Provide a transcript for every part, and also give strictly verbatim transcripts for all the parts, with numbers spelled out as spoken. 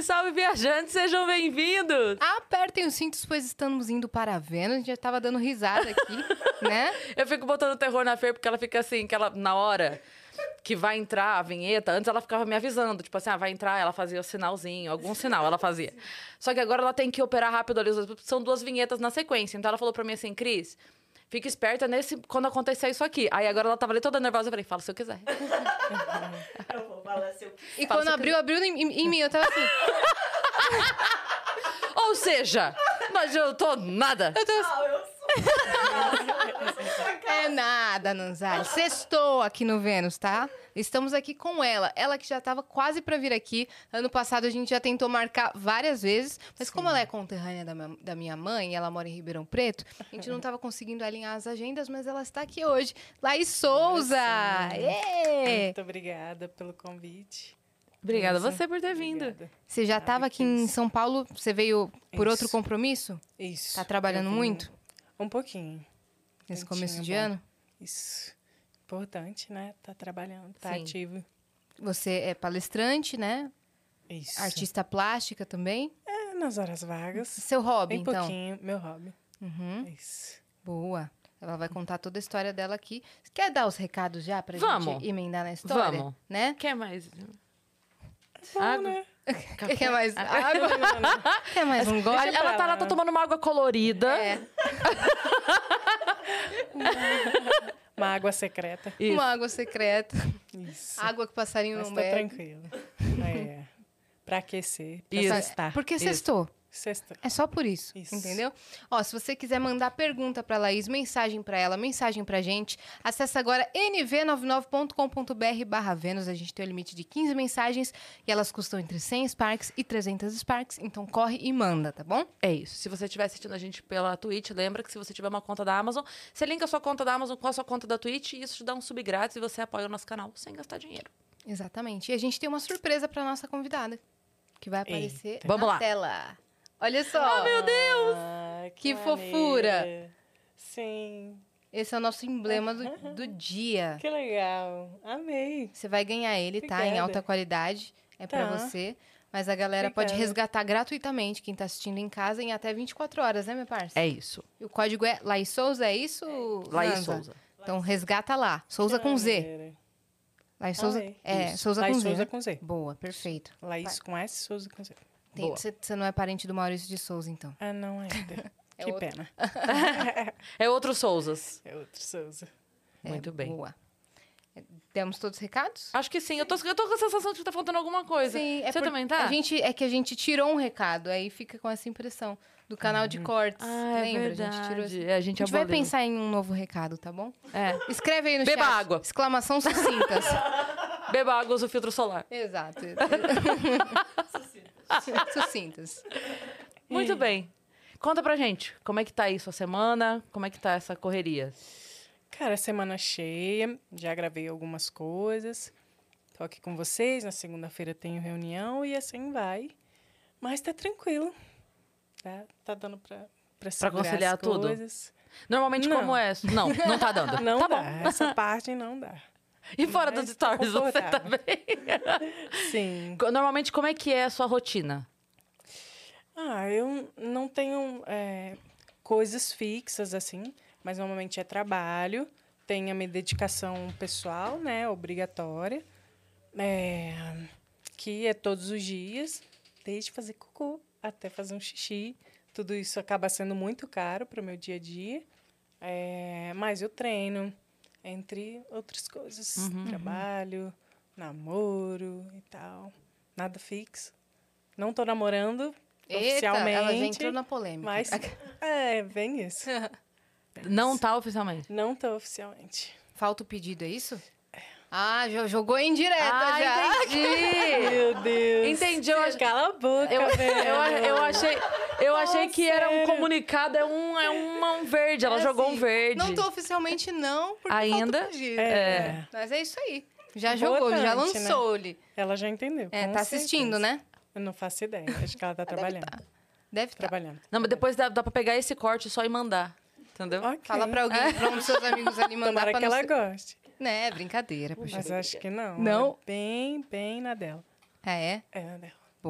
salve, viajantes! Sejam bem-vindos! Apertem os cintos, pois estamos indo para a Vênus. A gente já tava dando risada aqui, né? Eu fico botando terror na Fer, porque ela fica assim, que ela, na hora que vai entrar a vinheta, antes ela ficava me avisando, tipo assim, ah, vai entrar, ela fazia o sinalzinho, algum sinal ela fazia. Só que agora ela tem que operar rápido ali, são duas vinhetas na sequência. Então ela falou pra mim assim, Cris, fica esperta nesse, quando acontecer isso aqui. Aí agora ela tava ali toda nervosa, eu falei, fala se eu quiser. Eu vou falar se eu quiser. E quando abriu, abriu em, em mim, eu tava assim... Ou seja, mas eu tô nada. Eu tô assim... Ah, eu sou. É nada, Nanzali. Sextou aqui no Vênus, tá? Estamos aqui com ela. Ela que já estava quase para vir aqui. Ano passado a gente já tentou marcar várias vezes. Mas Sim. como ela é conterrânea da minha, da minha mãe e ela mora em Ribeirão Preto, a gente não estava conseguindo alinhar as agendas, mas ela está aqui hoje. Laís Souza! Yeah. Muito obrigada pelo convite. Obrigada Nossa, você por ter vindo. Obrigada. Você já estava aqui em São Paulo? Você veio por Isso. outro compromisso? Isso. Tá trabalhando muito? Um pouquinho. Nesse Tantinho, começo de bom. ano? Isso. Importante, né? Tá trabalhando, tá Sim. ativo. Você é palestrante, né? Isso. Artista plástica também? É, nas horas vagas. Seu hobby, Bem então? pouquinho, meu hobby. Uhum. Isso. Boa. Ela vai contar toda a história dela aqui. Você quer dar os recados já pra Vamos. gente emendar na história? Vamos. Né? Quer mais? Bom, Água? né? Quer mais água? Quer mais um Ela, gole? ela tá lá, tá tomando uma água colorida. É, Uma água secreta. Isso. uma água secreta. Isso. Água que passarinho Mas não tá bebe. tranquilo. É. Pra aquecer, pra Isso. sextar. Porque Isso. sextou. Sexta. É só por isso, Isso. entendeu? Ó, se você quiser mandar pergunta pra Laís, mensagem pra ela, mensagem pra gente, acessa agora n v nove nove ponto com ponto b r barra Vênus. A gente tem o limite de quinze mensagens e elas custam entre cem Sparks e trezentos Sparks, então corre e manda, tá bom? É isso. Se você estiver assistindo a gente pela Twitch, lembra que se você tiver uma conta da Amazon, você linka a sua conta da Amazon com a sua conta da Twitch e isso te dá um sub grátis e você apoia o nosso canal sem gastar dinheiro. Exatamente. E a gente tem uma surpresa pra nossa convidada, que vai aparecer Eita. Vamos na lá. tela. Olha só. Oh, meu Deus! Ah, Que maneiro. fofura. Sim. Esse é o nosso emblema do, do dia. Que legal. Amei. Você vai ganhar ele, tá? Em Obrigada. alta qualidade. É pra Tá. você. Mas a galera pode Obrigada. resgatar gratuitamente, quem tá assistindo em casa, em até vinte e quatro horas, né, meu parceiro? É isso. E o código é Laís Souza, é isso, Laís Nanza? Souza. Então resgata lá. Souza Que com Z. maneiro. Laís Souza. Amei. É, Isso. Souza Laís com Z. Souza né? com Z. Boa, perfeito. Laís com S, Souza com Z. Boa. Você não é parente do Maurício de Souza, então. Ah, não ainda. É Que outro. pena. É outro Souzas. É outro Souza. Muito É, bem. Boa. É, Demos todos os recados? Acho que sim. Eu tô, eu tô com a sensação de que tá faltando alguma coisa. Sim, é Você por- também tá? A gente, é que a gente tirou um recado, aí fica com essa impressão do canal de cortes. Ah, é Lembra? verdade. A gente tirou esse... É, a gente A gente vai aboliu. pensar em um novo recado, tá bom? É. Escreve aí no Beba chat. água. Exclamação sucintas. Beba água, usa o filtro solar. Exato. Sucintas. Muito bem. Conta pra gente, como é que tá aí sua semana? Como é que tá essa correria? Cara, semana cheia. Já gravei algumas coisas. Tô aqui com vocês. Na segunda-feira tenho reunião e assim vai. Mas tá tranquilo. Tá, tá dando pra, pra, segurar conciliar as tudo? coisas. Normalmente, Não. como é? Não, não tá dando. Não tá dá. bom. Essa parte não dá. E fora Mas dos tá stories, você tá confortável. bem? Sim. Normalmente, como é que é a sua rotina? Ah, eu não tenho é, coisas fixas, assim, mas normalmente é trabalho, tem a minha dedicação pessoal, né, obrigatória, é, que é todos os dias, desde fazer cocô até fazer um xixi. Tudo isso acaba sendo muito caro para o meu dia a dia, é, mas eu treino, entre outras coisas, Uhum. trabalho, namoro e tal, nada fixo. Não tô namorando, Eita, oficialmente. ela já entrou na polêmica. Mas é, bem isso. Não tá oficialmente. Não tô oficialmente. Falta o pedido, é isso? Ah, jo- jogou em direta Ah, já. entendi. Meu Deus. Entendi, eu acho- Cala a boca, Eu, velho. eu, eu achei, eu achei que era um sério. comunicado, é um, é um, um verde. Ela É jogou assim, um verde. Não tô oficialmente não, porque Ainda? falta o pedido. É. Mas é isso aí. Já jogou, já Importante, né? lançou-lhe. Ela já entendeu. É, com tá assistindo, certeza. né? Eu não faço ideia. Acho que ela tá trabalhando. Deve estar. Trabalhando. Não, mas depois dá, dá pra pegar esse corte só e mandar. Entendeu? Ok. Fala pra alguém, pra um dos seus amigos ali mandar Tomara pra que não ela ser- goste. Né, é brincadeira, puxa. Mas acho que não. Não? Ela é bem, bem na dela. Ah, é? É na dela. Boa.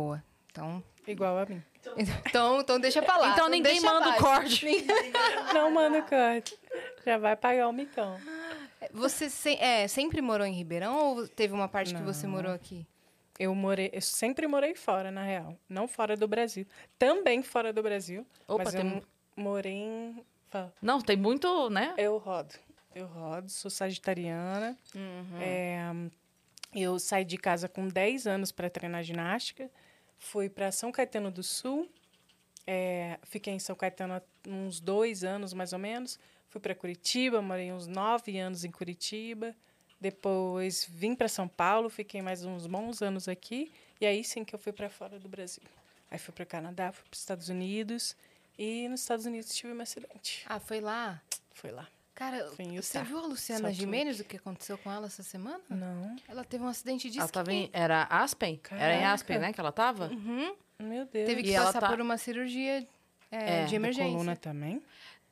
Então, Igual a mim. então, então deixa pra lá. Então ninguém deixa manda o abaixo. corte. Não manda corte. Já vai pagar o micão. Você se- é, sempre morou em Ribeirão ou teve uma parte que você Não. morou aqui? Eu morei, eu sempre morei fora, na real. Não fora do Brasil. Também fora do Brasil. Opa, mas tem eu mu- morei em. Fala. Não, tem muito, né? Eu rodo. Eu rodo, sou sagitariana. É, eu saí de casa com dez anos para treinar ginástica. Fui para São Caetano do Sul. É, fiquei em São Caetano há uns dois anos, mais ou menos. Fui para Curitiba, morei uns nove anos em Curitiba. Depois vim para São Paulo, fiquei mais uns bons anos aqui. E aí sim que eu fui para fora do Brasil. Aí fui para o Canadá, fui para os Estados Unidos. E nos Estados Unidos tive um acidente. Ah, foi lá? Foi lá. Cara, Foi em você Utah. viu a Luciana Salt Gimenez, o que aconteceu com ela essa semana? Não. Ela teve um acidente de Ela esqui. tava em, era Aspen? Era em Caraca. Aspen, né, que ela tava? Uhum. Meu Deus. Teve que E ela passar tá- por uma cirurgia é, É, de Da emergência. coluna também?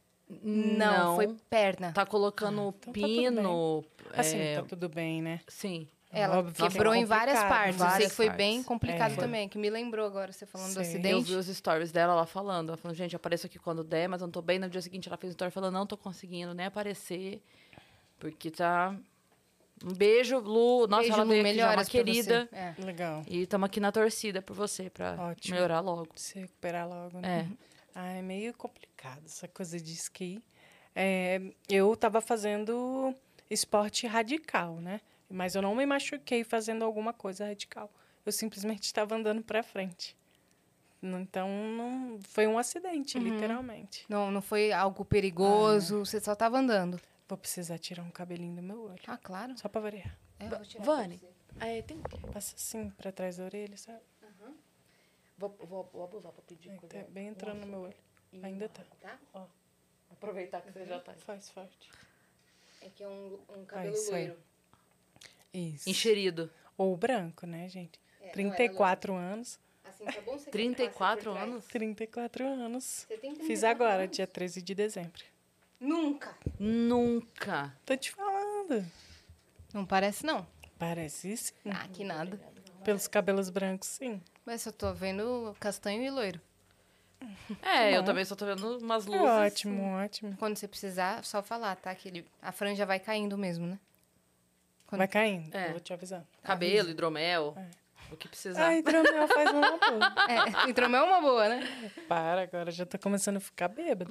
Não, foi perna. Tá colocando então tá tudo pino. Assim, é, tá tudo bem, né? Sim. Ela Óbvio que quebrou é em várias complicado. partes. Eu sei Várias que foi partes. bem complicado É. também, que me lembrou agora você falando do Sei. Eu acidente. vi os stories dela, ela falando. Ela falando, gente, eu apareço aqui quando der, mas eu não tô bem. No dia seguinte, ela fez um story falando, não tô conseguindo nem aparecer, porque tá... Um beijo, Lu. Nossa, Beijo, ela Lu, veio aqui já, uma melhoras pra você. querida. É. Legal. E estamos aqui na torcida por você, pra Ótimo. melhorar logo. Se recuperar logo, né? É. Ah, é meio complicado essa coisa de esqui. É, eu tava fazendo esporte radical, né? Mas eu não me machuquei fazendo alguma coisa radical. Eu simplesmente estava andando para frente. Então, não, foi um acidente, literalmente. Não, não foi algo perigoso, você só tava andando. Vou precisar tirar um cabelinho do meu olho. Ah, claro. Só para variar. É, eu vou tirar pra Vani, você. é, tem... Passa assim, para trás da orelha, sabe? vou, vou, vou abusar pra pedir É, coisa. tá bem entrando no meu olho. Ainda tá. Tá? Ó, Aproveitar que você já tá. faz forte. É que é um, um cabelo isso aí. loiro. Isso. Encherido. Ou branco, né, gente? É, não, trinta e quatro anos. Assim, tá bom você trinta e quatro anos? trinta e quatro anos. Você tem Fiz agora, dia treze de dezembro. Nunca. Nunca. Tô te falando. Não parece, não. Parece sim. Ah, que nada. Pelos cabelos brancos, sim. Mas eu tô vendo castanho e loiro. É, eu Bom. também só tô vendo umas É luzes. ótimo, ótimo. Quando você precisar, só falar, tá? Que ele, a franja vai caindo mesmo, né? Quando- Vai caindo, É. eu vou te avisar. Cabelo, hidromel, o que precisar. Ah, hidromel faz uma boa. É, hidromel é uma boa, né? Para, agora já tô começando a ficar bêbado.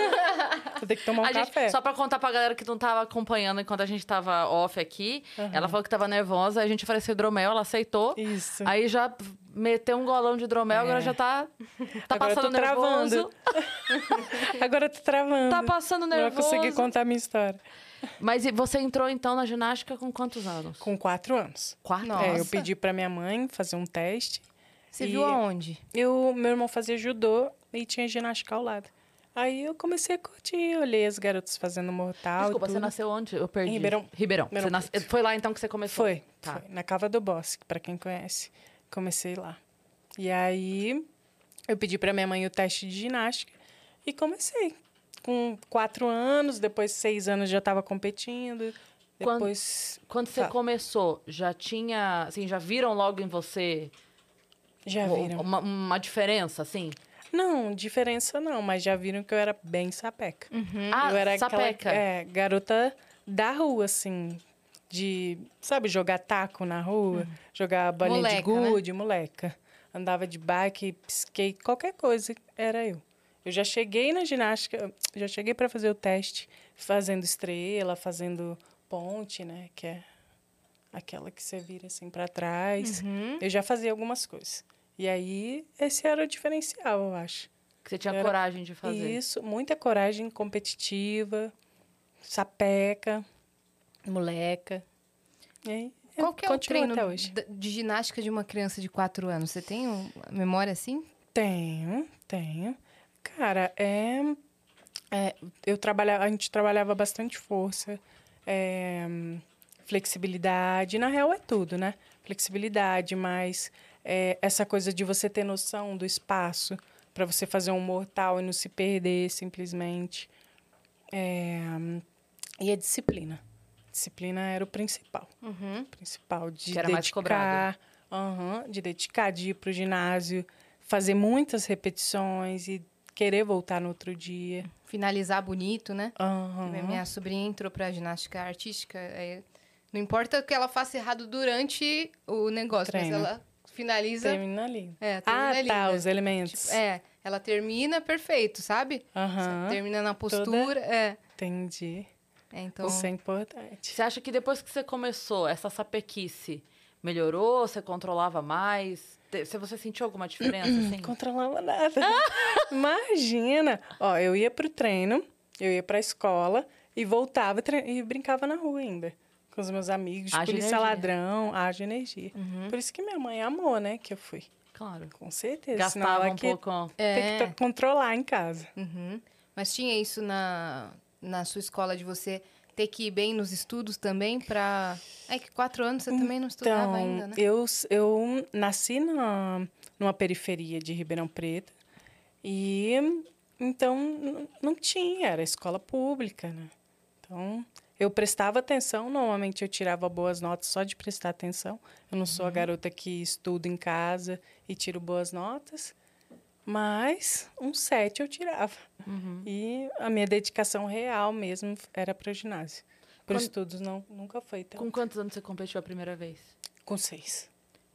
Vou ter que tomar um A gente- café. só pra contar pra galera que não tava acompanhando enquanto a gente tava off aqui, ela falou que tava nervosa, a gente ofereceu hidromel, ela aceitou. Isso. Aí já meteu um golão de hidromel, agora É. já tá, tá Agora eu passando tô travando. nervoso. Agora eu tô travando. Tá passando Não vou nervoso. conseguir contar a minha história. Mas e você entrou então na ginástica com quantos anos? Com quatro anos. Quatro? Nossa. É, eu pedi pra minha mãe fazer um teste. Você E viu aonde? Eu, meu irmão fazia judô e tinha ginástica ao lado. Aí eu comecei a curtir, olhei as garotas fazendo mortal. Desculpa, e você tudo. nasceu onde? Eu perdi. Em Ribeirão. Ribeirão. Ribeirão Você nasce- Preto. Foi lá então que você começou? Foi, Tá. foi. Na Cava do Bosque, pra quem conhece. Comecei lá. E aí eu pedi pra minha mãe o teste de ginástica e comecei. Com quatro anos, depois seis anos já estava competindo. Quando- Depois. Quando você Fala. começou, já tinha, assim, já viram logo em você Já o- viram? uma, uma diferença, assim? Não, diferença não, mas já viram que eu era bem sapeca. Ah, eu era sapeca. aquela é, garota da rua, assim. De, sabe, jogar taco na rua, jogar bolinha Moleca, de gude, moleca. Andava de bike, skate, qualquer coisa, era eu. Eu já cheguei na ginástica, já cheguei para fazer o teste, fazendo estrela, fazendo ponte, né? Que é aquela que você vira assim para trás. Uhum. Eu já fazia algumas coisas. E aí, esse era o diferencial, eu acho. Que você tinha Era- coragem de fazer. Isso, muita coragem competitiva, sapeca, moleca. E aí, eu Qual que é o continuo treino até hoje. d- de ginástica de uma criança de quatro anos? Você tem um- memória assim? Tenho, tenho. Cara, é, é, eu trabalhava, a gente trabalhava bastante força, é, flexibilidade. Na real é tudo, né? Flexibilidade, mas é, essa coisa de você ter noção do espaço para você fazer um mortal e não se perder simplesmente. É, e a disciplina. Disciplina era o principal. Uhum. Principal de Que era mais dedicar cobrado. Aham, de dedicar, de ir pro ginásio, fazer muitas repetições e querer voltar no outro dia. Finalizar bonito, né? Aham. Minha sobrinha entrou pra ginástica artística. é, Não importa que ela faça errado durante o negócio, Treino. mas ela finaliza. Termina ali. É, termina Ah, ali, tá, né? os elementos. Tipo, é, ela termina perfeito, sabe? Aham, Termina na postura. É. entendi. É, então. Isso é importante. Você acha que depois que você começou, essa sapequice melhorou? Você controlava mais? Te- Se você sentiu alguma diferença, assim? Não controlava nada. Imagina! Ó, eu ia pro treino, eu ia pra escola e voltava e tre- e brincava na rua ainda. Com os meus amigos, de Haja polícia energia. ladrão, haja energia. Por isso que minha mãe amou, né, que eu fui. Claro. Com certeza. senão Gastava ela um que pouco. É. tem que to- controlar em casa. Uhum. Mas tinha isso na, na sua escola de você ter que ir bem nos estudos também pra. É que quatro anos você também não estudava Então, ainda, né? eu, eu nasci na, numa periferia de Ribeirão Preto e então n- não tinha, era escola pública, né? Então, eu prestava atenção, normalmente eu tirava boas notas só de prestar atenção. Eu não sou a garota que estudo em casa e tiro boas notas, mas um sete eu tirava. E a minha dedicação real mesmo era para o ginásio. Para os Quando- estudos não, nunca foi tão. Com quantos anos você competiu a primeira vez? Com seis.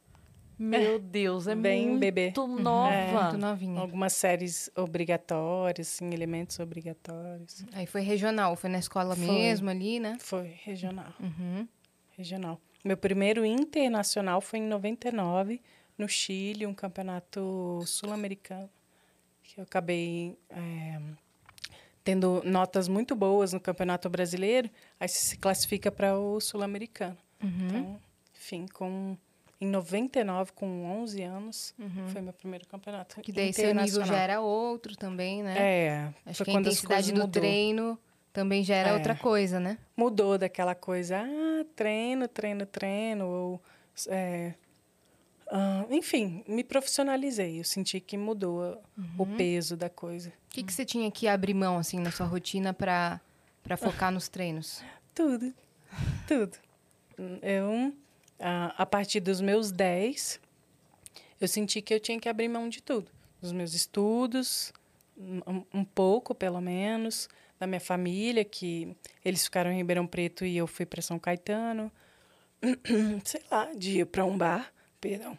Meu Deus, é bem muito bebê. nova. É, muito novinha. Algumas séries obrigatórias, assim, elementos obrigatórios. Aí foi regional, foi na escola Foi. mesmo ali, né? Foi regional. Uhum. Regional. Meu primeiro internacional foi em noventa e nove, no Chile, um campeonato sul-americano. Que eu acabei é, tendo notas muito boas no campeonato brasileiro, aí você se classifica para o sul-americano. Então, enfim, com, em noventa e nove, com onze anos, foi meu primeiro campeonato Que daí seu nível já internacional. era outro também, né? É, Acho foi que a quando as intensidade coisas do mudou. treino também já era É. outra coisa, né? Mudou daquela coisa, ah, treino, treino, treino, ou... é, ah, enfim, me profissionalizei. Eu senti que mudou o peso da coisa. O que, que você tinha que abrir mão, assim, na sua rotina pra, pra focar nos treinos? Tudo, tudo. Eu, a, a partir dos meus dez, eu senti que eu tinha que abrir mão de tudo. Dos meus estudos, um, um pouco, pelo menos, da minha família, que eles ficaram em Ribeirão Preto e eu fui para São Caetano. Sei lá, de ir para um bar, perdão.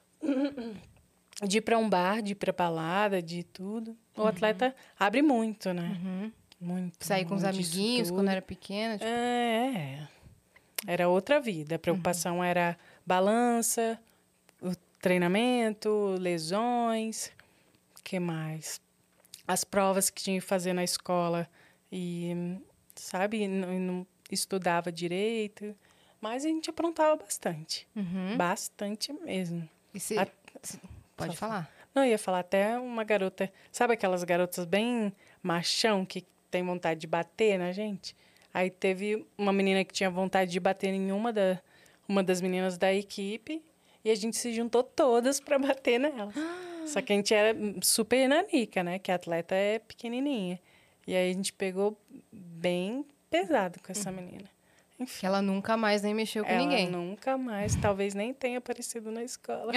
De ir para um bar, de ir para balada, de tudo. O atleta abre muito, né? Muito. Sair com os muito disso amiguinhos tudo. quando era pequena? Tipo, É, era outra vida. A preocupação era balança, o treinamento, lesões, que mais? As provas que tinha que fazer na escola e, sabe, não, não estudava direito. Mas a gente aprontava bastante. Uhum. Bastante mesmo. E se- A- se- Pode Só falar. Não, eu ia falar até uma garota... Sabe aquelas garotas bem machão que tem vontade de bater na gente? Aí teve uma menina que tinha vontade de bater em uma, da, uma das meninas da equipe e a gente se juntou todas para bater nela. Só que a gente era super nanica, né? Que a atleta é pequenininha. E aí a gente pegou bem pesado com essa menina. Enfim, Que ela nunca mais nem mexeu com ela ninguém. nunca mais, talvez nem tenha aparecido na escola.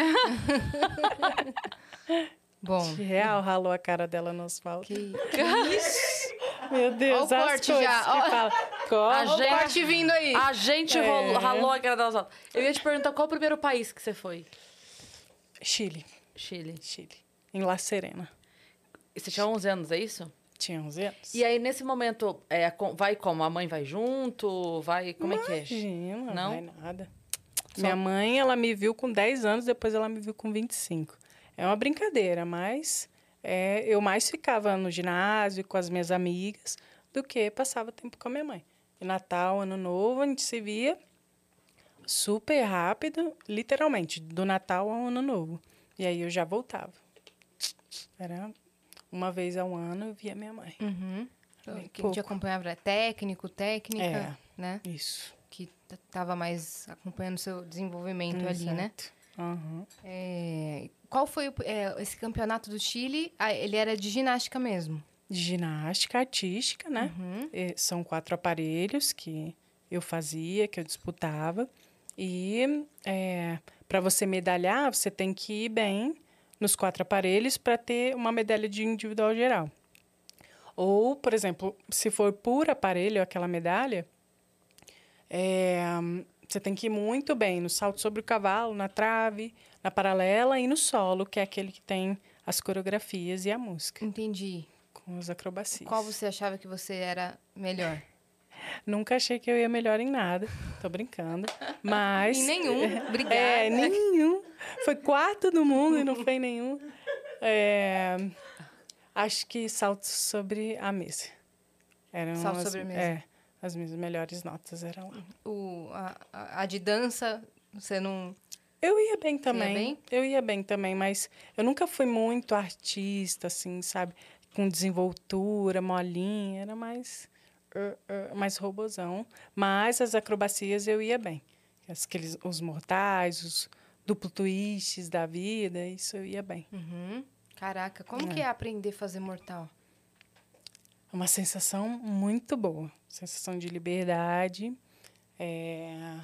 Bom, De real, ralou a cara dela no asfalto. que... Meu Deus, Ó o as corte coisas já, que ó. fala. A Corre. gente- corte vindo aí. A gente É. rolou, ralou a cara das outras. Eu ia te perguntar qual o primeiro país que você foi? Chile, Chile. Chile. Em La Serena. E você tinha onze anos, é isso? Tinha onze anos. E aí, nesse momento, é, com- vai como? A mãe vai junto? Vai... Como é que é? Imagina, Não? vai nada. Só- Minha mãe, ela me viu com dez anos, depois ela me viu com vinte e cinco. É uma brincadeira, mas é, eu mais ficava no ginásio com as minhas amigas do que passava tempo com a minha mãe. E Natal, Ano Novo, a gente se via super rápido, literalmente, do Natal ao Ano Novo. E aí eu já voltava. Era uma vez ao ano eu via minha mãe. Uhum. Bem Que a gente pouco. acompanhava era técnico, técnica, É. né? Isso. Que t- tava mais acompanhando o seu desenvolvimento ali, né? Exato. Aham. É, qual foi o- é, esse campeonato do Chile? Ah, ele era de ginástica mesmo. De ginástica artística, né? Uhum. Eh, São quatro aparelhos que eu fazia, que eu disputava. E, eh, Para você medalhar, você tem que ir bem nos quatro aparelhos para ter uma medalha de individual geral. Ou, por exemplo, se for por aparelho aquela medalha, é, você tem que ir muito bem no salto sobre o cavalo, na trave, na paralela e no solo, que é aquele que tem as coreografias e a música, Entendi. com as acrobacias. Qual você achava que você era melhor? Nunca achei que eu ia melhor em nada. Tô brincando. Mas... Em nenhum. Obrigada. É, nenhum. Foi quarto do mundo e não foi nenhum. É, acho que salto sobre a mesa. Eram Salto as, sobre a mesa. É, as minhas melhores notas eram lá. O, a, a, a de dança, você não... Eu ia bem também. bem? Eu ia bem também, mas eu nunca fui muito artista, assim, sabe? Com desenvoltura, molinha. Era mais... Uh, uh, mais robozão. Mas as acrobacias eu ia bem. Aqueles, os mortais, os duplo twists da vida, isso eu ia bem. Uhum. Caraca, como É. que é aprender a fazer mortal? É uma sensação muito boa. Sensação de liberdade. É,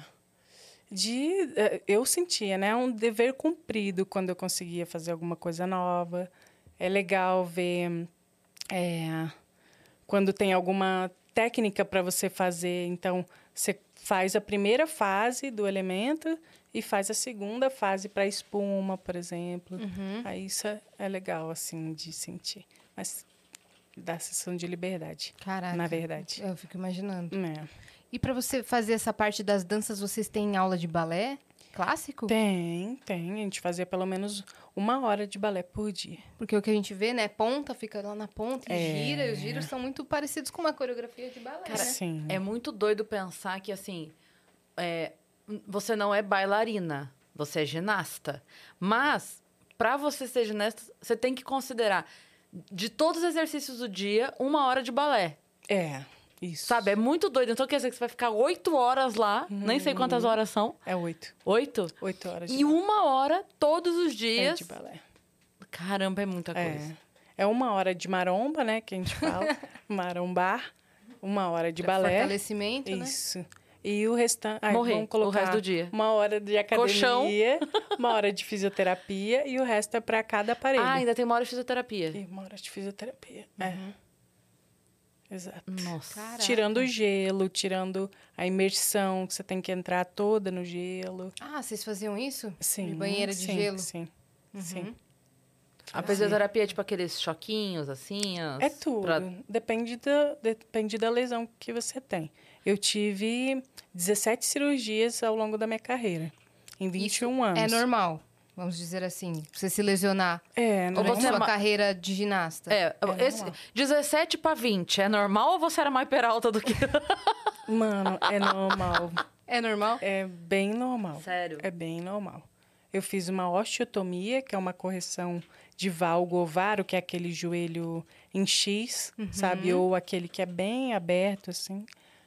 de, é, eu sentia, né? Um dever cumprido quando eu conseguia fazer alguma coisa nova. É legal ver é, quando tem alguma técnica para você fazer. Então, você faz a primeira fase do elemento e faz a segunda fase para espuma, por exemplo. Uhum. Aí isso é, é legal, assim, de sentir. Mas dá sensação de liberdade, Caraca. na verdade. Eu fico imaginando. É. E pra você fazer essa parte das danças, vocês têm aula de balé clássico? Tem, tem. A gente fazia pelo menos uma hora de balé por dia. Porque o que a gente vê, né? Ponta, fica lá na ponta e É. gira. E os giros são muito parecidos com uma coreografia de balé, Cara, né? Sim. É muito doido pensar que, assim, é, você não é bailarina, você é ginasta. Mas, para você ser ginasta, você tem que considerar, de todos os exercícios do dia, uma hora de balé. É, isso. Sabe? É muito doido. Então, quer dizer que você vai ficar oito horas lá, nem sei quantas horas são. É oito. Oito? Oito horas de E balé. uma hora todos os É dias. de balé. Caramba, é muita coisa. É. É uma hora de maromba, né? Que a gente fala. Marombar. Uma hora de Pra balé. fortalecimento, né? Isso. E o restante... Morrer vamos colocar o resto do dia. Uma hora de Colchão. academia, uma hora de fisioterapia e o resto é para cada aparelho. Ah, ainda tem uma hora de fisioterapia. E uma hora de fisioterapia. É. Exato. Nossa. Caraca. Tirando o gelo, tirando a imersão, que você tem que entrar toda no gelo. Ah, vocês faziam isso? Sim. De banheira de sim, gelo? Sim, sim. A fisioterapia é tipo aqueles choquinhos, assim? as- É tudo. pra- Depende, da, depende da lesão que você tem. Eu tive dezessete cirurgias ao longo da minha carreira, em vinte e um anos. É normal, vamos dizer assim. Você se lesionar É, Ou normal. durante você é sua ma- carreira de ginasta. É, É esse normal. dezessete para vinte é normal ou você era mais peralta do que... Mano, é normal. É normal? É bem normal. Sério? É bem normal. Eu fiz uma osteotomia, que é uma correção de valgo ovário, que é aquele joelho em X, sabe? Ou aquele que é bem aberto, assim.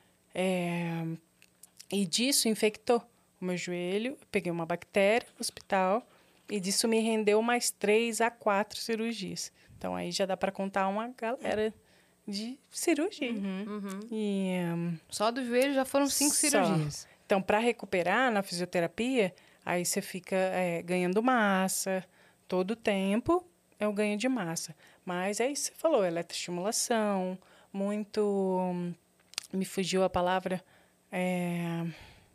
É, E disso infectou o meu joelho. Eu peguei uma bactéria no hospital e disso me rendeu mais três a quatro cirurgias. Então, aí já dá para contar uma galera de cirurgia. Uhum. E... hum, Só do joelho já foram cinco Só. cirurgias. Então, para recuperar na fisioterapia, aí você fica é, ganhando massa. Todo o tempo é o ganho de massa. Mas é isso que você falou, eletroestimulação, muito... hum, Me fugiu a palavra. é,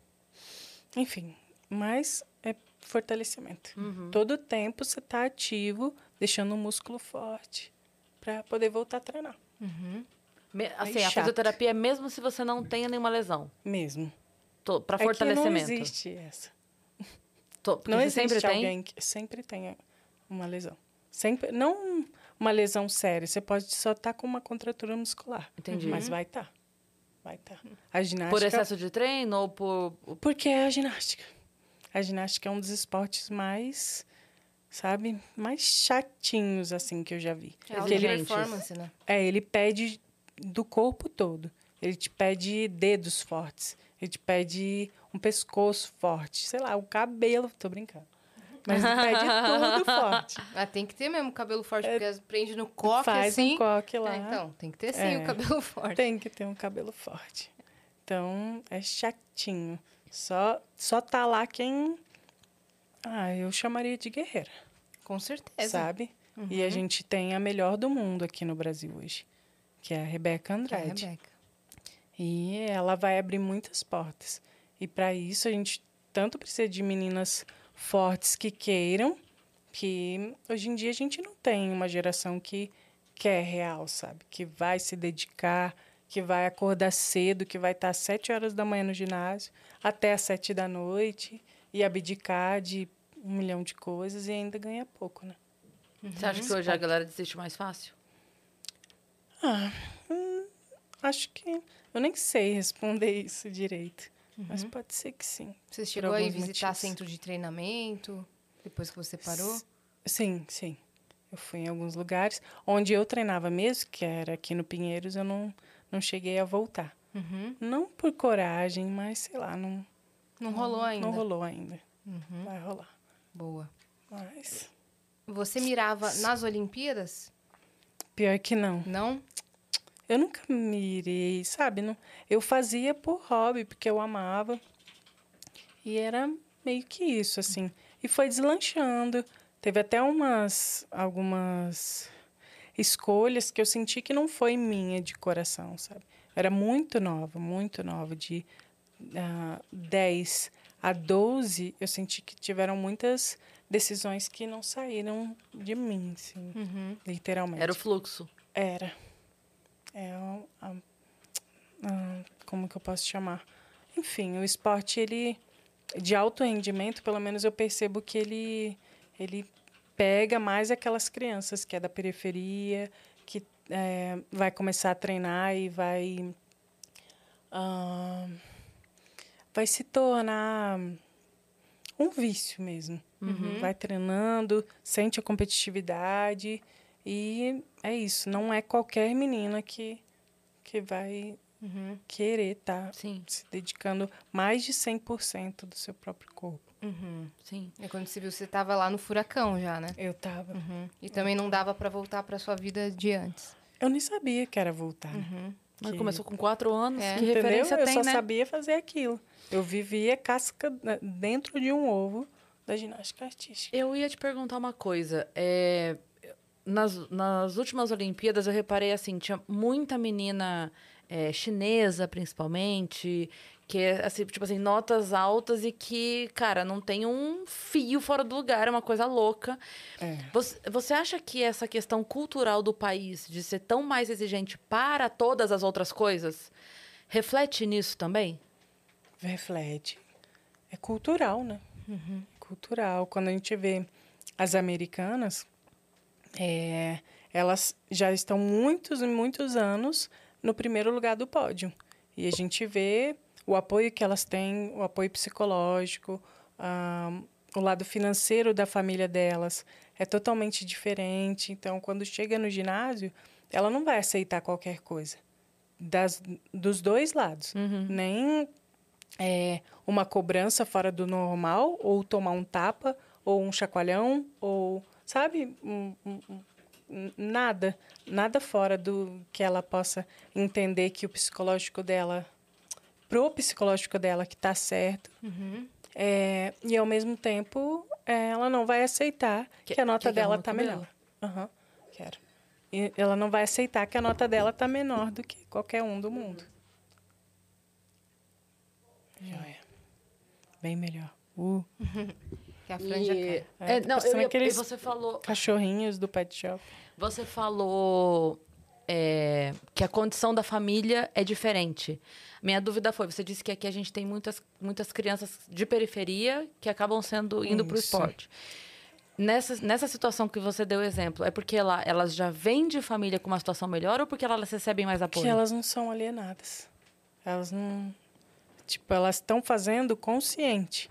Enfim, mas é fortalecimento. Todo o tempo você está ativo, deixando o músculo forte para poder voltar a treinar. Me- Assim, a chato. fisioterapia é mesmo se você não tenha nenhuma lesão. Mesmo. Tô, pra É que fortalecimento. não existe essa. Tô, porque Não você existe sempre tem. alguém que sempre tenha uma lesão. Sempre, não uma lesão séria. Você pode só estar com uma contratura muscular. Entendi. Mas vai estar. Vai estar. A ginástica... Por excesso de treino ou por... Porque é a ginástica. A ginástica é um dos esportes mais, sabe, mais chatinhos, assim, que eu já vi. É Porque alta ele- performance, né? É, ele pede do corpo todo. Ele te pede dedos fortes. Ele te pede um pescoço forte. Sei lá, o cabelo... Tô brincando. Mas ele pede tudo forte. Ah, tem que ter mesmo cabelo forte, porque as- prende no coque Faz assim. um coque lá. É, então, tem que ter sim É. o cabelo forte. Tem que ter um cabelo forte. Então, é chatinho. Só, só tá lá quem Ah, eu chamaria de guerreira, Com certeza. sabe? E a gente tem a melhor do mundo aqui no Brasil hoje, que é a Rebeca É, Andrade. Rebeca. E ela vai abrir muitas portas. E para isso a gente tanto precisa de meninas fortes que queiram, que hoje em dia a gente não tem uma geração que quer real, sabe? Que vai se dedicar, que vai acordar cedo, que vai estar às sete horas da manhã no ginásio, até às sete da noite, e abdicar de um milhão de coisas e ainda ganha pouco, né? Você acha que hoje a galera desiste mais fácil? Acho que eu nem sei responder isso direito, mas pode ser que sim. Você por chegou aí alguns visitar motivos. centro de treinamento depois que você parou? S- Sim, sim. Eu fui em alguns lugares. Onde eu treinava mesmo, que era aqui no Pinheiros, eu não, não cheguei a voltar. Uhum. Não por coragem, mas sei lá, não, Não rolou ainda? não rolou ainda. Uhum. Vai rolar. Boa. Mas Você mirava nas Olimpíadas? pior que não. Não? Eu nunca mirei, sabe? Não, eu fazia por hobby, porque eu amava. E era meio que isso, assim. E foi deslanchando. Teve até umas, algumas escolhas que eu senti que não foi minha de coração, sabe? Era muito nova, muito nova. De ah, dez a doze, eu senti que tiveram muitas decisões que não saíram de mim, assim, Uhum. literalmente. Era o fluxo. Era. É o- a- a- como que eu posso chamar? Enfim, o esporte, ele de alto rendimento, pelo menos eu percebo que ele ele pega mais aquelas crianças que é da periferia, que é, vai começar a treinar e vai ah, vai se tornar um vício mesmo. Vai treinando, sente a competitividade e é isso. Não é qualquer menina que, que vai Uhum. querer estar Sim, se dedicando mais de cem por cento do seu próprio corpo. Uhum. sim. É quando você viu, você tava lá no furacão já, né? Eu tava. Uhum. E também não dava pra voltar pra sua vida de antes. Eu nem sabia que era voltar. né? Uhum. Mas Que- começou com quatro anos, É. que Entendeu? referência eu tem, só né? sabia fazer aquilo. Eu vivia casca né, dentro de um ovo da ginástica artística. Eu ia te perguntar uma coisa. É, nas, nas últimas Olimpíadas, eu reparei assim, tinha muita menina é, chinesa, principalmente, que é assim, tipo assim, notas altas e que, cara, não tem um fio fora do lugar, é uma coisa louca. É. Você, você acha que essa questão cultural do país, de ser tão mais exigente para todas as outras coisas, reflete nisso também? Reflete. É cultural, né? Cultural. Quando a gente vê as americanas, é, elas já estão muitos e muitos anos no primeiro lugar do pódio. E a gente vê o apoio que elas têm, o apoio psicológico, ah, o lado financeiro da família delas é totalmente diferente. Então, quando chega no ginásio, ela não vai aceitar qualquer coisa. Das, dos dois lados. Nem é, uma cobrança fora do normal, ou tomar um tapa, ou um chacoalhão, ou, sabe, um, um, um, nada. Nada fora do que ela possa entender que o psicológico dela, pro psicológico dela que tá certo. Uhum. É, e, ao mesmo tempo, é, ela não vai aceitar que, Que- a nota quer que dela arrume o tá cabelo? melhor. Aham, quero. E ela não vai aceitar que a nota dela tá menor do que qualquer um do mundo. Joia. Bem melhor. Uh, Que a franja E, quer. É, é, tá não, eu parecendo ia- aqueles- e você falou, cachorrinhos do pet shop. você falou é, que a condição da família é diferente. Minha dúvida foi, você disse que aqui a gente tem muitas, muitas crianças de periferia que acabam sendo indo para o Isso. esporte. Nessa, nessa situação que você deu exemplo, é porque ela, elas já vêm de família com uma situação melhor ou porque elas recebem mais apoio? Que elas não são alienadas. Elas não... Tipo, elas estão fazendo consciente.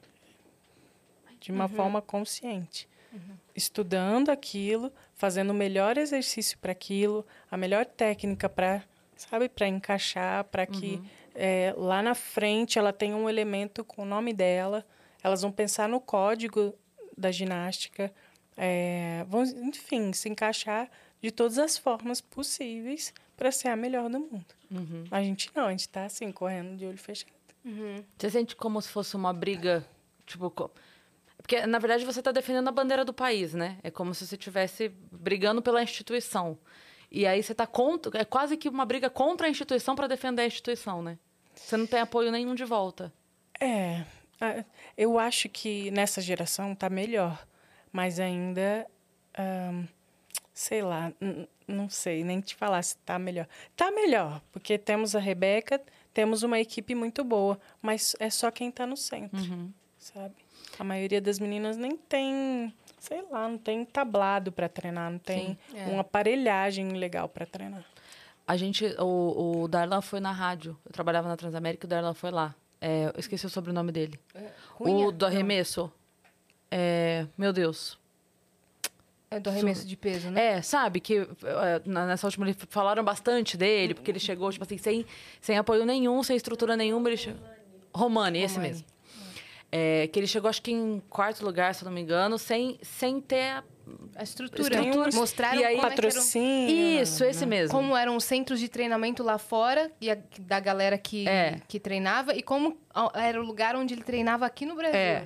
De uma forma consciente. Estudando aquilo, fazendo o melhor exercício para aquilo, a melhor técnica para, sabe, para encaixar, para que é, lá na frente ela tenha um elemento com o nome dela. Elas vão pensar no código da ginástica, é, vão, enfim, se encaixar de todas as formas possíveis para ser a melhor do mundo. Uhum. A gente não, a gente tá assim, correndo de olho fechado. Uhum. Você sente como se fosse uma briga, tipo... co- Porque, na verdade, você está defendendo a bandeira do país, né? É como se você estivesse brigando pela instituição. E aí você está contra... É quase que uma briga contra a instituição para defender a instituição, né? Você não tem apoio nenhum de volta. É, eu acho que nessa geração tá melhor, mas ainda, hum, sei lá, n- não sei nem te falar se tá melhor. Tá melhor, porque temos a Rebeca, temos uma equipe muito boa, mas é só quem tá no centro, Uhum. sabe? A maioria das meninas nem tem, sei lá, não tem tablado para treinar, não tem Sim, é. uma aparelhagem legal para treinar. A gente... O, o Darlan foi na rádio. Eu trabalhava na Transamérica e o Darlan foi lá. É, eu esqueci o sobrenome dele. Cunha? O do arremesso. É, meu Deus. É do arremesso de peso, né? É, sabe, que é, na- nessa última eles falaram bastante dele, porque ele chegou, tipo assim, sem, sem apoio nenhum, sem estrutura nenhuma. Ele che... Romani, esse Romani. mesmo. É, que ele chegou, acho que em quarto lugar, se eu não me engano, sem, sem ter... A... A estrutura. Estrutura. Mostraram E aí- como, é que eram- Patrocínio. Isso, esse né? mesmo. como eram os centros de treinamento lá fora, e a- da galera que, É. que treinava, e como a- era o lugar onde ele treinava aqui no Brasil. É.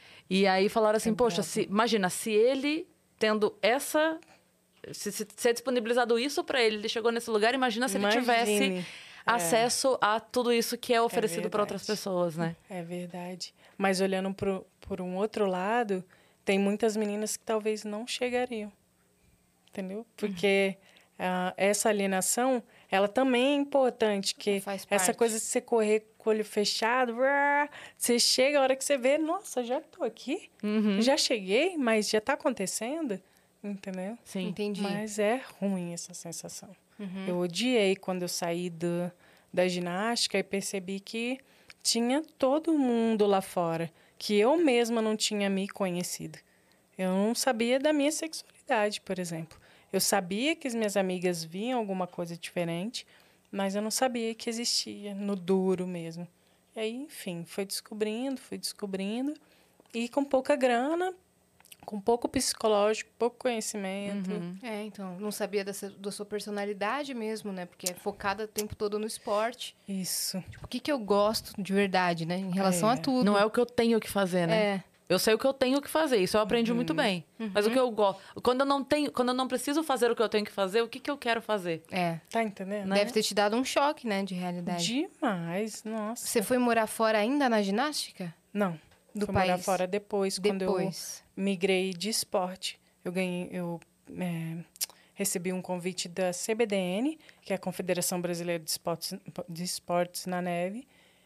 E aí falaram assim, É poxa, brabo. se, imagina, se ele tendo essa... Se, se ser disponibilizado isso pra ele, ele chegou nesse lugar, imagina se ele tivesse Imagine. É. acesso a tudo isso que é oferecido para outras verdade. pessoas, né? É verdade. Mas olhando pro, por um outro lado, tem muitas meninas que talvez não chegariam. Entendeu? Porque ah, essa alienação, ela também é importante. Que Faz essa parte. coisa de você correr com o olho fechado, brá, você chega, a hora que você vê, nossa, já tô aqui. Uhum. Já cheguei, mas já tá acontecendo. Entendeu? Sim. Entendi. Mas é ruim essa sensação. Uhum. Eu odiei quando eu saí do, da ginástica e percebi que tinha todo mundo lá fora, que eu mesma não tinha me conhecido. Eu não sabia da minha sexualidade, por exemplo. Eu sabia que as minhas amigas viam alguma coisa diferente, mas eu não sabia que existia no duro mesmo. E aí, enfim, fui descobrindo, fui descobrindo. E com pouca grana, com pouco psicológico, pouco conhecimento. Uhum. É, então, não sabia dessa, da sua personalidade mesmo, né? Porque é focada o tempo todo no esporte. Isso. Tipo, o que, que eu gosto de verdade, né? Em relação É. a tudo. Não é o que eu tenho que fazer, né? É. Eu sei o que eu tenho que fazer, isso eu aprendi muito bem. Mas o que eu gosto... Quando eu não tenho, quando eu não preciso fazer o que eu tenho que fazer, o que, que eu quero fazer? É. Tá entendendo? Deve ter te dado um choque, né? De realidade. Demais, nossa. Você foi morar fora ainda na ginástica? Não, Do fui país? morar fora depois, quando eu Depois. migrei de esporte. Eu ganhei, eu é, recebi um convite da C B D N, que é a Confederação Brasileira de Esportes, de Esportes na Neve.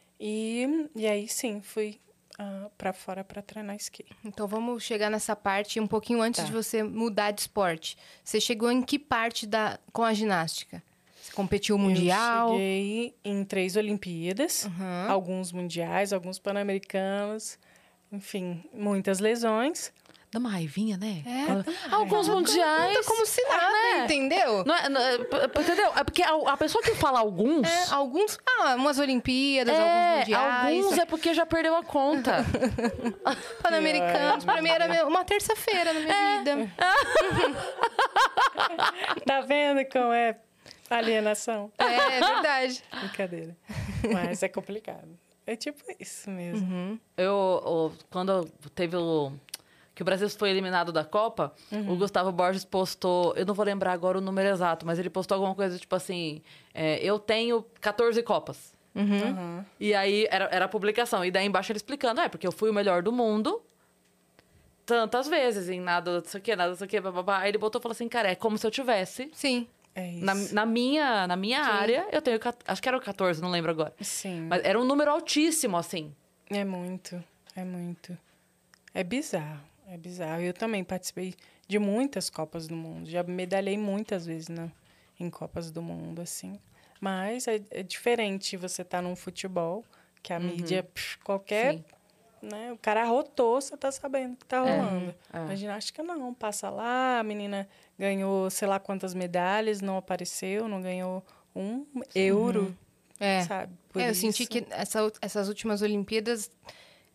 E, e aí, sim, fui ah, para fora para treinar skate. Então vamos chegar nessa parte um pouquinho antes Tá. de você mudar de esporte. Você chegou em que parte da com a ginástica? Você competiu mundial? Eu cheguei em três Olimpíadas, Uhum. alguns mundiais, alguns pan-americanos, enfim, muitas lesões. Dá uma raivinha, né? É, Fala- dá uma Alguns raiva. mundiais... Conta como se nada, né? entendeu? Não é, não é- p- p- entendeu? É porque a, a pessoa que fala alguns... É, alguns, ah, umas Olimpíadas, alguns É, mundiais, alguns é porque já perdeu a conta. pan-americanos. Pra mim era uma terça-feira na minha vida. Tá vendo como é alienação? É, é verdade. Brincadeira. Mas é complicado. É tipo isso mesmo. Uhum. Eu, o- quando teve o... Que o Brasil foi eliminado da Copa, o Gustavo Borges postou... Eu não vou lembrar agora o número exato, mas ele postou alguma coisa tipo assim... é, eu tenho quatorze Copas. Uhum. E aí, era, era a publicação. E daí embaixo ele explicando, é, porque eu fui o melhor do mundo tantas vezes, em nada, não sei o quê, nada, não sei o quê, bababá. Aí ele botou e falou assim, cara, é como se eu tivesse... Sim. É isso. Na, na minha, na minha área, eu tenho... quat- Acho que era o quatorze, não lembro agora. Sim. Mas era um número altíssimo, assim. É muito. É muito. É bizarro. É bizarro. Eu também participei de muitas Copas do Mundo. Já medalhei muitas vezes na, em Copas do Mundo, assim. Mas é, é diferente você estar num futebol, que a mídia, pff, qualquer... Sim. Né, o cara arrotou, você tá sabendo que tá rolando. é. Na ginástica, não. Passa lá, a menina ganhou sei lá quantas medalhas, não apareceu, não ganhou um euro, É. sabe? Por É, eu isso. senti que essa, essas últimas Olimpíadas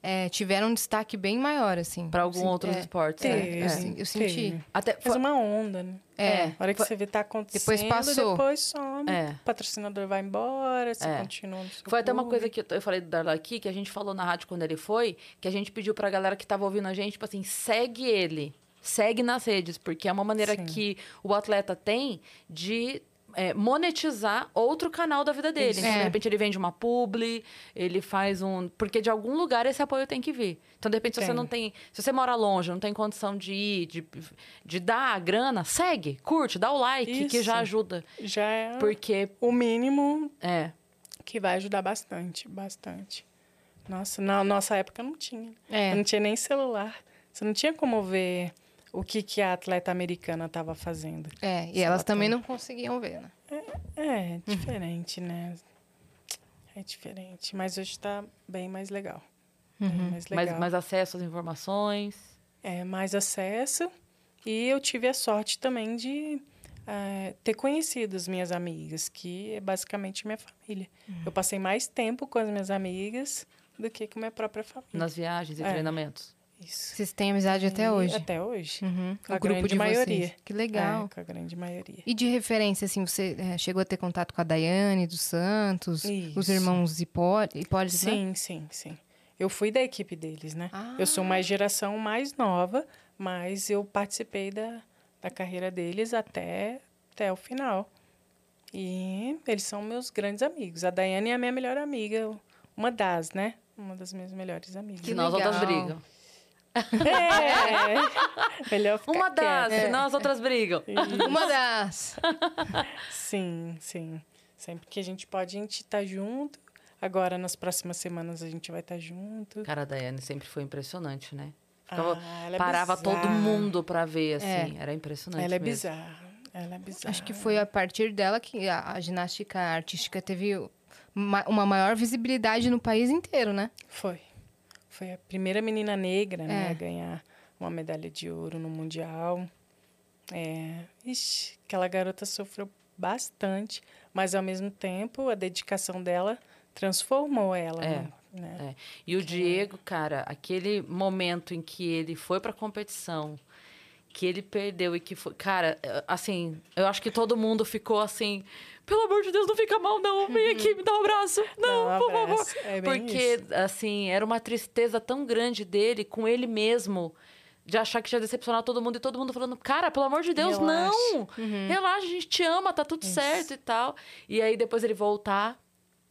é, tiveram um destaque bem maior, assim. Pra algum Sim, outros é, esportes, é, né? Teve, É. eu, sen- eu senti. teve. Até Faz foi- uma onda, né? É. A hora que você vê tá acontecendo, Depois passou. depois some. É. O patrocinador vai embora, você É. continua no seu Foi até uma clube. coisa que eu- eu falei do Darlan aqui, que a gente falou na rádio quando ele foi, que a gente pediu pra galera que tava ouvindo a gente, tipo assim, segue ele. Segue nas redes, porque é uma maneira Sim. que o atleta tem de é, monetizar outro canal da vida dele. Isso. Então, É. de repente, ele vende uma publi, ele faz um... Porque de algum lugar esse apoio tem que vir. Então, de repente, se você Tem. não tem... Se você mora longe, não tem condição de ir, de, de dar a grana, segue, curte, dá o like, que já Isso. ajuda. Já é Porque... o mínimo É, que vai ajudar bastante, bastante. Nossa, na nossa época não tinha. É. Não tinha nem celular. Você não tinha como ver o que, que a atleta americana estava fazendo. É, e Sei elas lá, também tem- não conseguiam ver, né? É, diferente, né? É diferente. Mas hoje está bem mais legal. Bem mais legal. mais, mais acesso às informações. É, mais acesso. E eu tive a sorte também de eh, ter conhecido as minhas amigas, que é basicamente minha família. Eu passei mais tempo com as minhas amigas do que com minha própria família. Nas viagens e É. treinamentos. Isso. Vocês têm amizade até E hoje. Até hoje. Uhum. Com a O grupo grande de maioria. vocês. Que legal. É, com a grande maioria. E de referência, assim, você é, chegou a ter contato com a Daiane dos Santos, os Isso. irmãos Hipó- Hipólitos, né? Sim, sim, sim. Eu fui da equipe deles, né? Ah. Eu sou uma geração mais nova, mas eu participei da, da carreira deles até, até o final. E eles são meus grandes amigos. A Daiane é a minha melhor amiga, uma das, né? Uma das minhas melhores amigas. Que Senão as outras legal. brigam. É, melhor ficar Uma das, quieta. senão as outras brigam. Uma das. Sim, sim. Sempre que a gente pode, a gente tá junto. Agora, nas próximas semanas, a gente vai estar junto. Cara, a Daiane sempre foi impressionante, né? Ficava, Ah, ela é parava bizarra. todo mundo pra ver, assim. É. Era impressionante Ela é mesmo. bizarra. Ela é bizarra. Acho que foi a partir dela que a, a ginástica artística teve ma- uma maior visibilidade no país inteiro, né? Foi. Foi a primeira menina negra, né, É. a ganhar uma medalha de ouro no Mundial. É, ixi, aquela garota sofreu bastante, mas ao mesmo tempo a dedicação dela transformou ela, É, né? né? É. E o Diego, cara, aquele momento em que ele foi pra competição, que ele perdeu e que foi... Cara, assim, eu acho que todo mundo ficou assim... Pelo amor de Deus, não fica mal, não. Vem aqui, me dá um abraço. Não, Dá um por favor. abraço. É bem Porque, isso. assim, era uma tristeza tão grande dele com ele mesmo... De achar que ia decepcionar todo mundo. E todo mundo falando, cara, pelo amor de Deus, Relaxa. não. Relaxa, a gente te ama, tá tudo certo e tal. E aí, depois ele voltar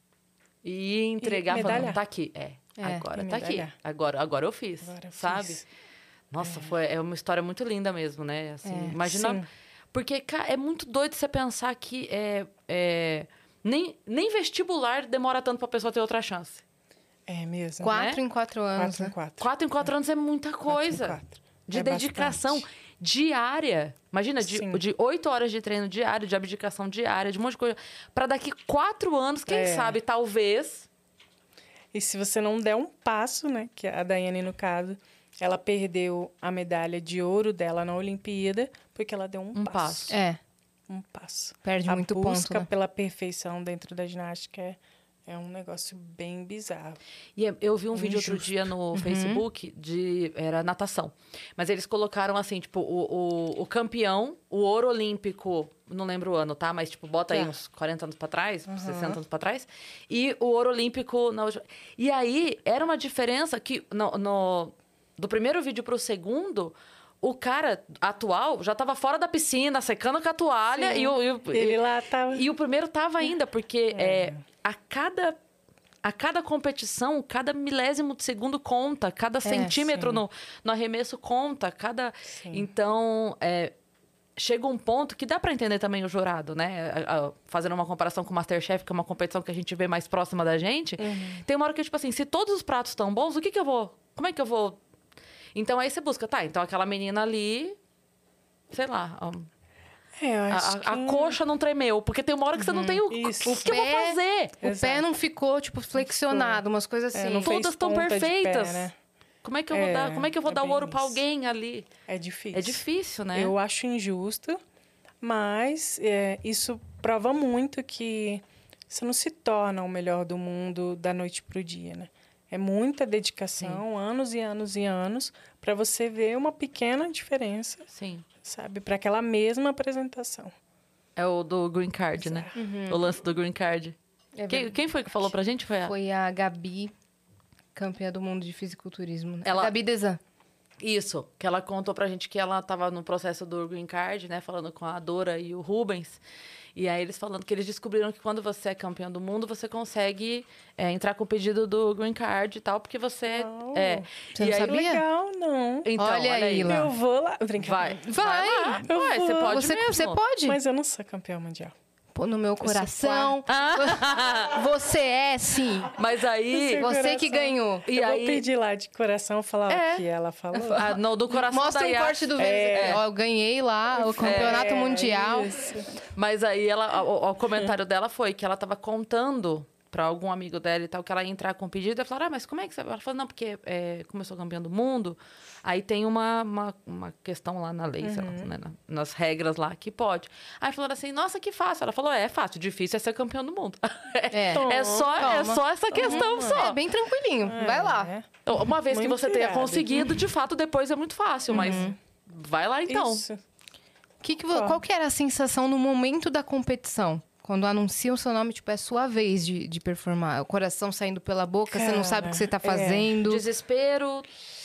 e entregar, falando, medalhar. tá aqui. É, É, agora e tá aqui. medalhar. Agora, agora eu fiz, Agora eu sabe? fiz. Nossa, foi, é uma história muito linda mesmo, né? Assim, É. imagina... Sim. Porque, cara, é muito doido você pensar que é, é, nem, nem vestibular demora tanto pra pessoa ter outra chance. É mesmo. Quatro em quatro anos, Quatro em né? quatro. Quatro em quatro anos é muita Quatro em coisa. quatro. De É dedicação bastante. diária. Imagina, de, Sim. de oito horas de treino diário, de abdicação diária, de um monte de coisa. Pra daqui quatro anos, quem É. sabe, talvez... E se você não der um passo, né? Que a Daiane, no caso, ela perdeu a medalha de ouro dela na Olimpíada porque ela deu um, Um passo. passo. É, Um passo. perde a muito busca ponto, né? pela perfeição dentro da ginástica é, é um negócio bem bizarro. E é- eu vi um vídeo outro Injusto. dia no Facebook de... Era natação. Mas eles colocaram assim, tipo, o, o, o campeão, o ouro olímpico... Não lembro o ano, tá? Mas, tipo, bota aí Tá. uns quarenta anos pra trás, sessenta anos pra trás. E o ouro olímpico... Na última... E aí, era uma diferença que... No, no- do primeiro vídeo pro segundo... O cara atual já tava fora da piscina, secando com a toalha. Sim. E o, e o- Ele e- lá tava... E o primeiro tava ainda, porque é, a, cada, a cada competição, cada milésimo de segundo conta, cada centímetro sim. no, no arremesso conta, cada... Sim. Então, é, chega um ponto que dá pra entender também o jurado, né? A- a- fazendo uma comparação com o MasterChef, que é uma competição que a gente vê mais próxima da gente. Tem uma hora que, tipo assim, se todos os pratos estão bons, o que que eu vou... Como é que eu vou... Então, aí você busca, tá, então aquela menina ali... Sei lá... um, É, eu a, acho a- que... a coxa não tremeu, porque tem uma hora que você não tem o, isso. o que eu vou Pé- fazer. O pé Exato. não ficou, tipo, flexionado, umas coisas É, assim. não fez Todas estão ponta de pé, perfeitas. né? Como é que eu vou É, dar? Como é que eu vou é dar o bem ouro pra isso. alguém ali? É difícil. É difícil, né? Eu acho injusto, mas é, isso prova muito que você não se torna o melhor do mundo da noite pro dia, né? É muita dedicação, Sim. anos e anos e anos, para você ver uma pequena diferença, Sim. sabe? Para aquela mesma apresentação. É o do Green Card, né? Uhum. O lance do Green Card. É quem, quem foi que falou pra gente? Foi a... Foi a Gabi, campeã do mundo de fisiculturismo. Né? Ela... Gabi Desan. Isso, que ela contou pra gente que ela tava no processo do Green Card, né? Falando com a Dora e o Rubens. E aí eles falando que eles descobriram que quando você é campeão do mundo, você consegue é, entrar com o pedido do Green Card e tal, porque você Oh, é... Você e não aí... sabia? Legal, não. Então, Olha aí, lá. Eu vou lá. Brincadeira. Vai. Vai. lá. Eu Vai, você vou. pode Você, mesmo. você pode? Mas eu não sou campeã mundial. Pô, no meu coração. Ah. Você é, sim. Mas aí... Seu Você coração. que ganhou. E eu aí... vou pedir lá de coração falar É. o que ela falou. Ah, no, do coração Mostra da um Yas. corte do Vênus. É. Ó, eu ganhei lá o campeonato É, mundial. isso. Mas aí ela, o, o comentário dela foi que ela tava contando pra algum amigo dela e tal, que ela ia entrar com o pedido. Ela falou, ah, mas como é que você... Ela falou, não, porque é, como eu sou campeã do mundo, aí tem uma, uma, uma questão lá na lei, Uhum. sei lá, né, na- nas regras lá, que pode. Aí falou assim, nossa, que fácil. Ela falou, é, é fácil, difícil é ser campeão do mundo. É. é, só, é Toma. só essa questão só. É bem tranquilinho. Vai lá. É. Uma vez que Muito você tenha irado. conseguido, de fato, depois é muito fácil, mas vai lá então. Isso. Que que, vo- qual que era a sensação no momento da competição? Quando anunciam o seu nome, tipo, é sua vez de, de performar. O coração saindo pela boca, você não sabe o que você tá Cara, é. fazendo. Desespero.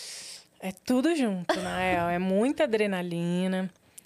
É tudo junto, né? É muita adrenalina.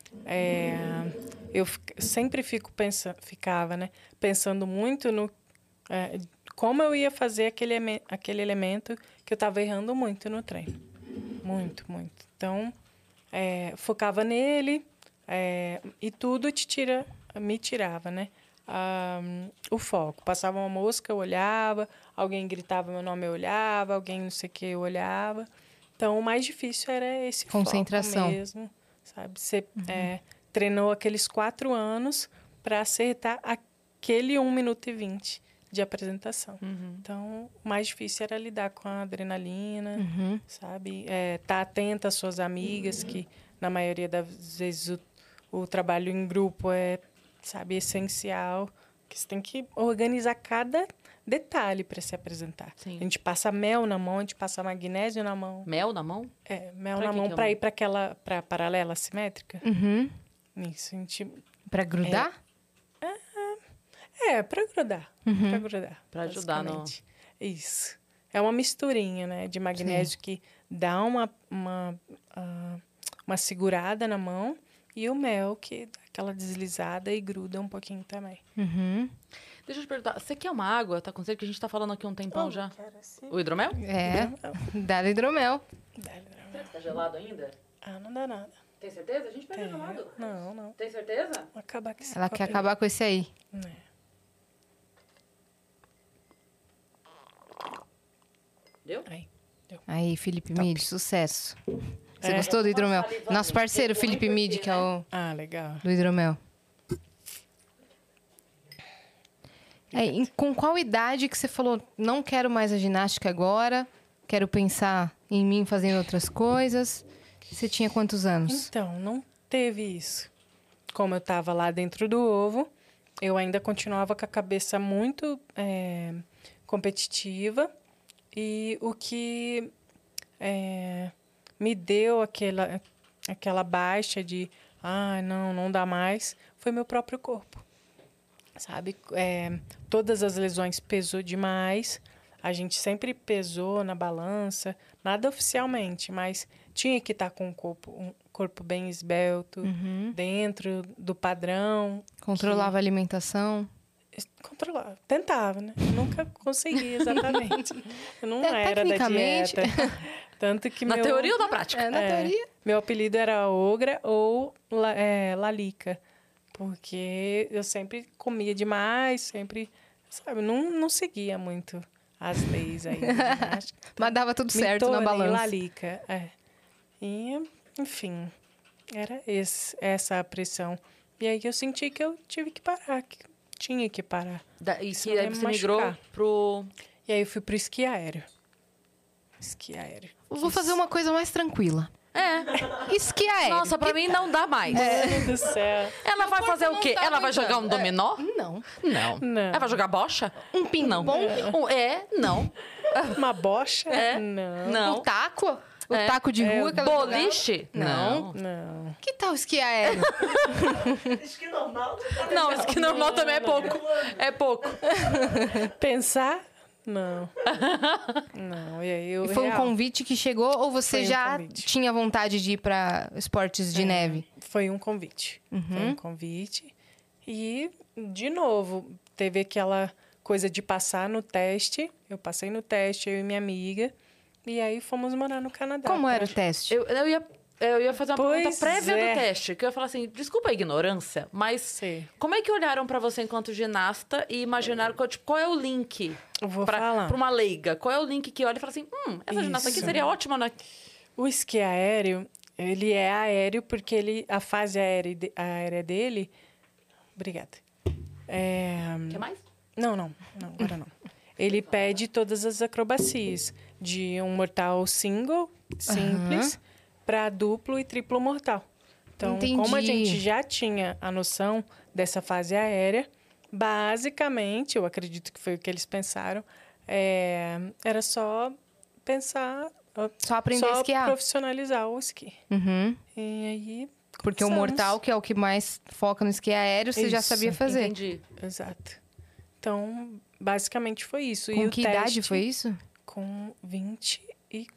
É, eu fi- sempre fico pensando, ficava, né? Pensando muito no é, como eu ia fazer aquele, eme- aquele elemento que eu estava errando muito no treino. Muito, muito. Então, é, focava nele é, e tudo te tira, me tirava, né? Ah, o foco. Passava uma mosca, eu olhava, alguém gritava meu nome, eu olhava, alguém não sei o que, eu olhava. Então, o mais difícil era esse Concentração. foco mesmo, sabe? Você é, treinou aqueles quatro anos para acertar aquele um minuto e vinte de apresentação. Então, o mais difícil era lidar com a adrenalina, Uhum. sabe? É, tá atenta às suas amigas, que na maioria das vezes o, o trabalho em grupo é, sabe, essencial. Que você tem que organizar cada detalhe para se apresentar. Sim. A gente passa mel na mão, a gente passa magnésio na mão. Mel na mão? É, mel Pra na que mão que é o para mel? ir para aquela para paralela simétrica. Uhum. Isso, a gente Pra grudar? é para grudar, Uhum. para grudar. Pra ajudar no- basicamente. Isso. É uma misturinha, né, de magnésio que dá uma uma ah, uma segurada na mão e o mel que dá aquela deslizada e gruda um pouquinho também. Uhum. Deixa eu te perguntar, você quer uma água? Tá com sede? Que a gente tá falando aqui um tempão já. Quero esse- O hidromel? É, dá hidromel. Tá gelado ainda? Ah, não dá nada. Tem certeza? A gente pega É, gelado. não, não. Tem certeza? Vou acabar com esse Ela quer copinho. acabar com esse aí. É. Deu? Aí. Aí, Felipe Mid, sucesso. Você É. gostou do hidromel? saliva Nosso mesmo. parceiro, Tem Felipe muito Mid, aqui, que é o Ah, legal. do hidromel. É, em- com qual idade que você falou, não quero mais a ginástica agora, quero pensar em mim fazendo outras coisas? Você tinha quantos anos? Então, não teve isso. Como eu estava lá dentro do ovo, eu ainda continuava com a cabeça muito é, competitiva. E o que é, me deu aquela, aquela baixa de, ah, não, não dá mais, foi meu próprio corpo. Sabe? É, todas as lesões pesou demais. A gente sempre pesou na balança, nada oficialmente, mas tinha que estar com um corpo, um corpo bem esbelto, Uhum. dentro do padrão. Controlava a alimentação? Controlava. Tentava, né? Nunca consegui exatamente. Eu não É, era da tecnicamente. dieta. Tanto que Na meu, teoria ou na prática? É, na É. teoria. meu apelido era Ogra ou La- é, Lalica. Porque eu sempre comia demais, sempre, sabe, não, não seguia muito as leis aí da ginástica. Mas dava tudo Me certo na tornei balança. Lalica, é. E, enfim, era esse, essa a pressão. E aí eu senti que eu tive que parar, que tinha que parar. Da- e Isso que vai aí me você migrou machucar. pro... E aí eu fui pro esqui aéreo. Esqui aéreo. Vou fazer uma coisa mais tranquila. É. Esqui aéreo. Nossa, pra mim não dá mais. Meu Deus do céu. Ela vai corpo fazer o não quê? tá Ela vai jogar um aguentando. dominó? Não. Não. Não. Ela vai jogar bocha? Um ping-pong? Não. Um- É, não. Uma bocha? É? Não. Não. O taco? O É. taco de É, rua que ela jogava? Boliche? Não. Não. Que tal esqui aéreo? Esqui normal. Não, isso que normal também é pouco. É pouco. Pensar? Não. Não, e aí eu E foi um real, convite que chegou ou você Foi um já convite. tinha vontade de ir pra esportes de neve? Foi um convite. Foi Uhum. um convite. E, de novo, teve aquela coisa de passar no teste. Eu passei no teste, eu e minha amiga. E aí fomos morar no Canadá. Como era o Pra- teste? Eu, eu, ia, eu ia fazer uma Pois pergunta prévia é. do teste. Que eu ia falar assim, desculpa a ignorância, mas Sei. como é que olharam pra você enquanto ginasta e imaginaram qual, tipo, qual é o link Eu vou pra, falar. pra uma leiga? Qual é o link que olha e fala assim, hum, essa ginasta aqui Isso. seria ótima na... O esqui aéreo, ele é aéreo porque ele, a fase aérea, de- aérea dele... Obrigada. É, Quer mais? Não, não, não, agora não. Ele pede todas as acrobacias, de um mortal single, simples, para duplo e triplo mortal. Então, como a Entendi. gente já tinha a noção dessa fase aérea, basicamente, eu acredito que foi o que eles pensaram, é, era só pensar, Só aprender a só esquiar. profissionalizar o esqui. Uhum. E aí, Porque o começamos. mortal, que é o que mais foca no esqui aéreo, você já Isso, sabia fazer. Entendi. Exato. Então, basicamente foi isso. Com e que o idade teste, foi isso? Com vinte e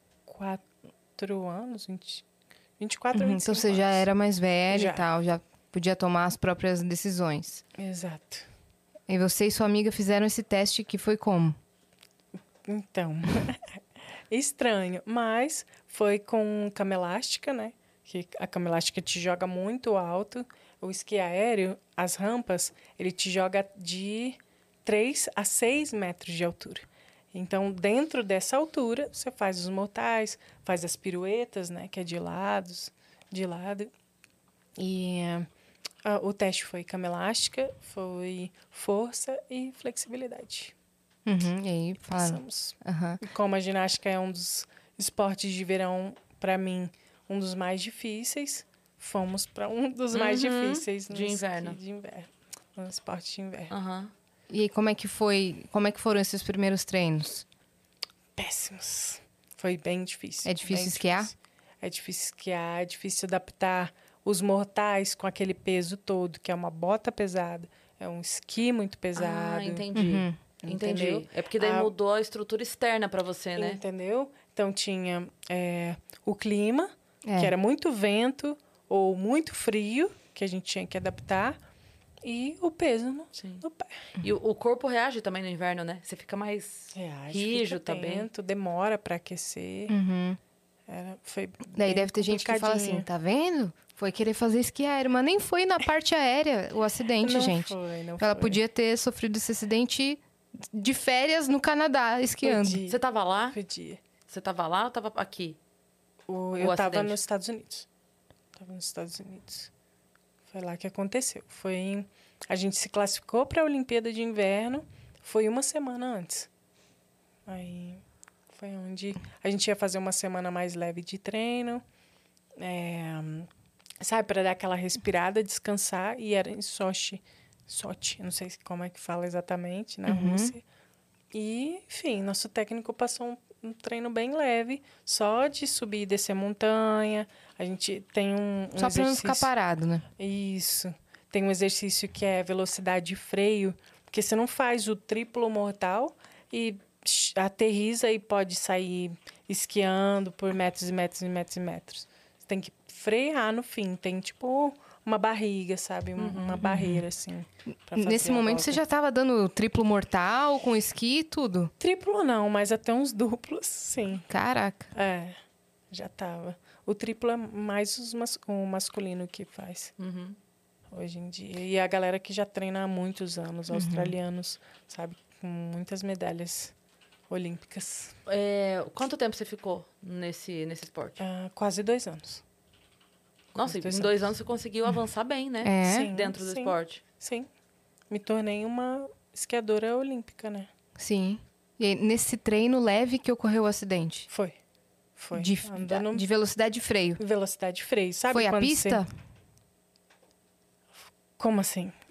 quatro anos, vinte, vinte e quatro, Uhum, vinte e cinco então você já anos. era mais velho Já. e tal, já podia tomar as próprias decisões. Exato. E você e sua amiga fizeram esse teste que foi como? Então, estranho, mas foi com cama elástica, né? Que a cama elástica te joga muito alto. O esqui aéreo, as rampas, ele te joga de três a seis metros de altura. Então, dentro dessa altura, você faz os mortais, faz as piruetas, né? Que é de lados, de lado. E ah, o teste foi cama elástica, foi força e flexibilidade. Uhum, e aí, falaram. Passamos. Aham. E como a ginástica é um dos esportes de verão, para mim, um dos mais difíceis, fomos para um dos mais Uhum, difíceis no de esqui inverno. de inverno, no esporte de inverno. Aham. E aí, como é que foi? Como é que foram esses primeiros treinos? Péssimos. Foi bem difícil. É difícil bem esquiar? difícil. É difícil esquiar, é difícil adaptar os mortais com aquele peso todo, que é uma bota pesada, é um esqui muito pesado. Ah, entendi. Uhum. Entendi. Entendeu? É porque daí Ah, mudou a estrutura externa pra você, né? Entendeu? Então tinha é, o clima, É. que era muito vento ou muito frio, que a gente tinha que adaptar, e o peso no, Sim. no pé. E o, o corpo reage também no inverno, né? Você fica mais Reage, rijo fica também. atento, demora para aquecer. Uhum. Era, foi Daí bem deve ter gente que fala assim, complicadinho. tá vendo? Foi querer fazer esqui aéreo, mas nem foi na parte aérea o acidente, Não gente. foi, não Ela foi. podia ter sofrido esse acidente de férias no Canadá, esquiando. Podia, Você tava lá? podia. Você tava lá ou tava aqui? O, eu estava acidente? nos Estados Unidos. Estava nos Estados Unidos. Foi lá que aconteceu. Foi em, a gente se classificou para a Olimpíada de Inverno. Foi uma semana antes. Aí foi onde a gente ia fazer uma semana mais leve de treino. É, sabe, para dar aquela respirada, descansar. E era em Sochi. Sochi, não sei como é que fala exatamente, na Uhum. Rússia. E, enfim, nosso técnico passou um um treino bem leve, só de subir e descer montanha. A gente tem um, um Só pra não exercício... ficar parado, né? Isso. Tem um exercício que é velocidade de freio, porque você não faz o triplo mortal e sh- aterriza e pode sair esquiando por metros e metros e metros e metros. Você tem que frear no fim. Tem, tipo, uma barriga, sabe? Um- uma barreira, assim. pra fazer Nesse a momento volta. você já estava dando triplo mortal, com esqui e tudo. Triplo não, mas até uns duplos, sim. Caraca. É, já tava. O triplo é mais os mas- o masculino que faz Uhum. hoje em dia. E a galera que já treina há muitos anos, australianos, sabe? Com muitas medalhas olímpicas. É, quanto tempo você ficou nesse, nesse esporte? Há quase dois anos. Nossa, dois em dois anos você conseguiu avançar bem, né? É. Sim, Dentro do sim, esporte. Sim. Me tornei uma esquiadora olímpica, né? Sim. E aí, nesse treino leve que ocorreu o acidente? Foi. Foi. De, Andando de velocidade de freio. velocidade de freio, sabe? Foi a quando pista? você- Como assim?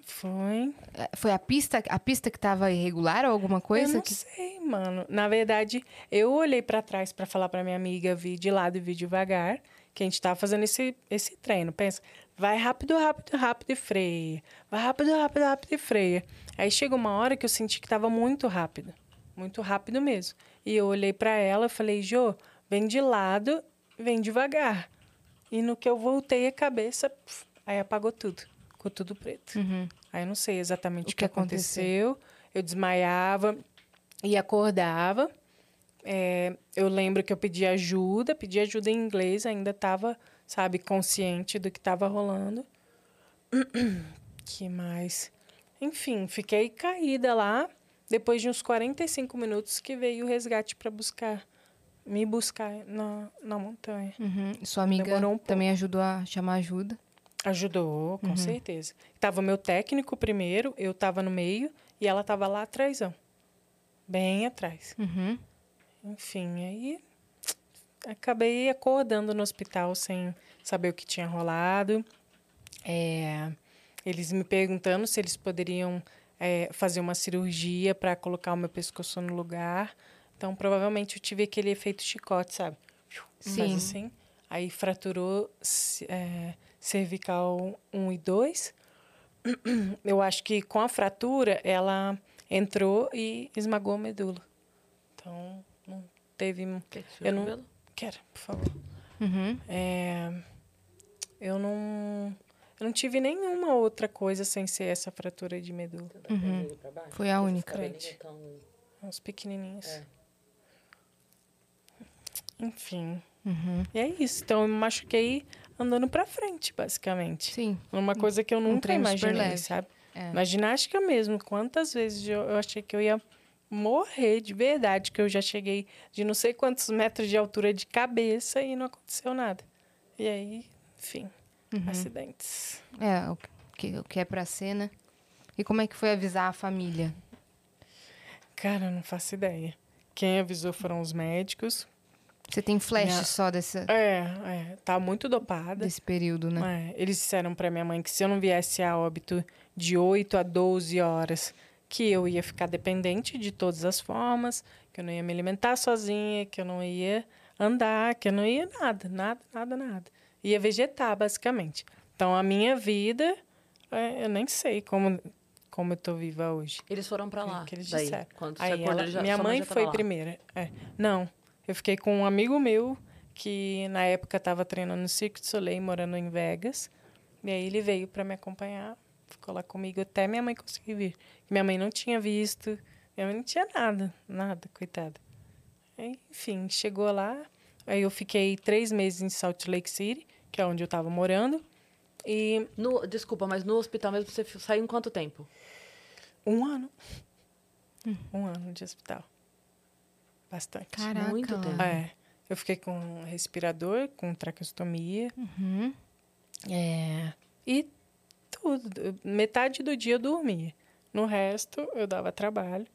Foi. É, Foi a pista, a pista que tava irregular ou alguma coisa? Eu não que... sei, mano. Na verdade, eu olhei pra trás pra falar pra minha amiga vir de lado e vir devagar, que a gente tava fazendo esse, esse treino. Pensa, vai rápido, rápido, rápido e freia. Vai rápido, rápido, rápido e freia. Aí chega uma hora que eu senti que tava muito rápido. Muito rápido mesmo. E eu olhei pra ela e falei, Jô, vem de lado, vem devagar. E no que eu voltei a cabeça, puf, aí apagou tudo. Ficou tudo preto. Uhum. Aí eu não sei exatamente o, O que, que aconteceu. Eu desmaiava e acordava. É, eu lembro que eu pedi ajuda, pedi ajuda em inglês, ainda estava, sabe, consciente do que estava rolando. Que mais? Enfim, fiquei caída lá. Depois de uns quarenta e cinco minutos que veio o resgate para buscar, me buscar na, na montanha. Uhum. Sua amiga Demorou um pouco. também ajudou a chamar ajuda? Ajudou, com Uhum. certeza. Tava meu técnico primeiro, eu tava no meio e ela tava lá atrásão. Bem atrás. Uhum. Enfim, aí acabei acordando no hospital sem saber o que tinha rolado. É, eles me perguntando se eles poderiam é, fazer uma cirurgia para colocar o meu pescoço no lugar. Então, provavelmente, eu tive aquele efeito chicote, sabe? Sim. Faz assim. Aí fraturou é, cervical um e dois. Eu acho que com a fratura, ela entrou e esmagou a medula. Então, não teve... Quer que Eu não... cabelo? Quero, por favor. Uhum. É, eu não... Eu não tive nenhuma outra coisa sem ser essa fratura de medula. Uhum. Foi a única. Frente. Uns pequenininhos. É. Enfim. Uhum. E é isso. Então, eu me machuquei andando pra frente, basicamente. Sim. Uma coisa que eu nunca treino super imaginei, leve. sabe? É. Na ginástica mesmo, quantas vezes eu, eu achei que eu ia morrer de verdade, que eu já cheguei de não sei quantos metros de altura de cabeça e não aconteceu nada. E aí, enfim, Uhum. acidentes. É, o que, o que é pra ser, né? E como é que foi avisar a família? Cara, eu não faço ideia. Quem avisou foram os médicos. Você tem flash Minha- só dessa, É, é, tá muito dopada. desse período, né? É, eles disseram pra minha mãe que se eu não viesse a óbito de oito a doze horas, que eu ia ficar dependente de todas as formas, que eu não ia me alimentar sozinha, que eu não ia andar, que eu não ia nada, nada, nada, nada. Ia vegetar, basicamente. Então, a minha vida, é, eu nem sei como, como eu tô viva hoje. Eles foram pra lá. É que eles daí, disseram. Quando você Aí acordou, ela- ele já, minha sua mãe já tava foi lá. primeira. É. Não, eu fiquei com um amigo meu que na época estava treinando no Cirque du Soleil, morando em Vegas. E aí ele veio para me acompanhar, ficou lá comigo até minha mãe conseguir vir. Minha mãe não tinha visto, minha mãe não tinha nada, nada, coitada. Aí, enfim, chegou lá, aí eu fiquei três meses em Salt Lake City, que é onde eu estava morando, e No, desculpa, mas no hospital mesmo você fi- saiu em quanto tempo? um ano. Um ano de hospital. Bastante. Caraca. Muito tempo. É, eu fiquei com respirador, com traqueostomia. Uhum. É, e tudo. Metade do dia eu dormia. No resto, eu dava trabalho.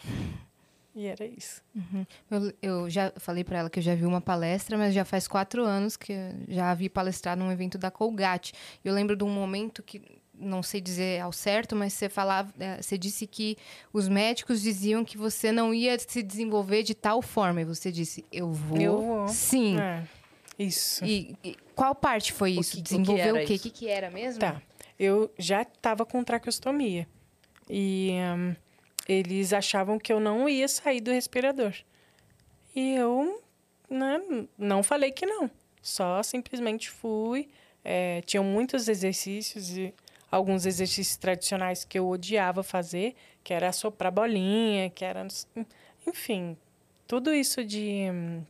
E era isso. Uhum. Eu, eu já falei pra ela que eu já vi uma palestra, mas já faz quatro anos que eu já a vi palestrar num evento da Colgate. Eu lembro de um momento que, não sei dizer ao certo, mas você falava, eh, você disse que os médicos diziam que você não ia se desenvolver de tal forma. E você disse, eu vou. Eu vou. Sim. É, isso. E, e qual parte foi O isso? que- o que Desenvolver era o quê? O isso? que, que era mesmo? Tá. Eu já estava com traqueostomia. E hum, eles achavam que eu não ia sair do respirador. E eu, né, não falei que não. Só simplesmente fui. É, tinham muitos exercícios e alguns exercícios tradicionais que eu odiava fazer, que era soprar bolinha, que era... Enfim, tudo isso de... hum,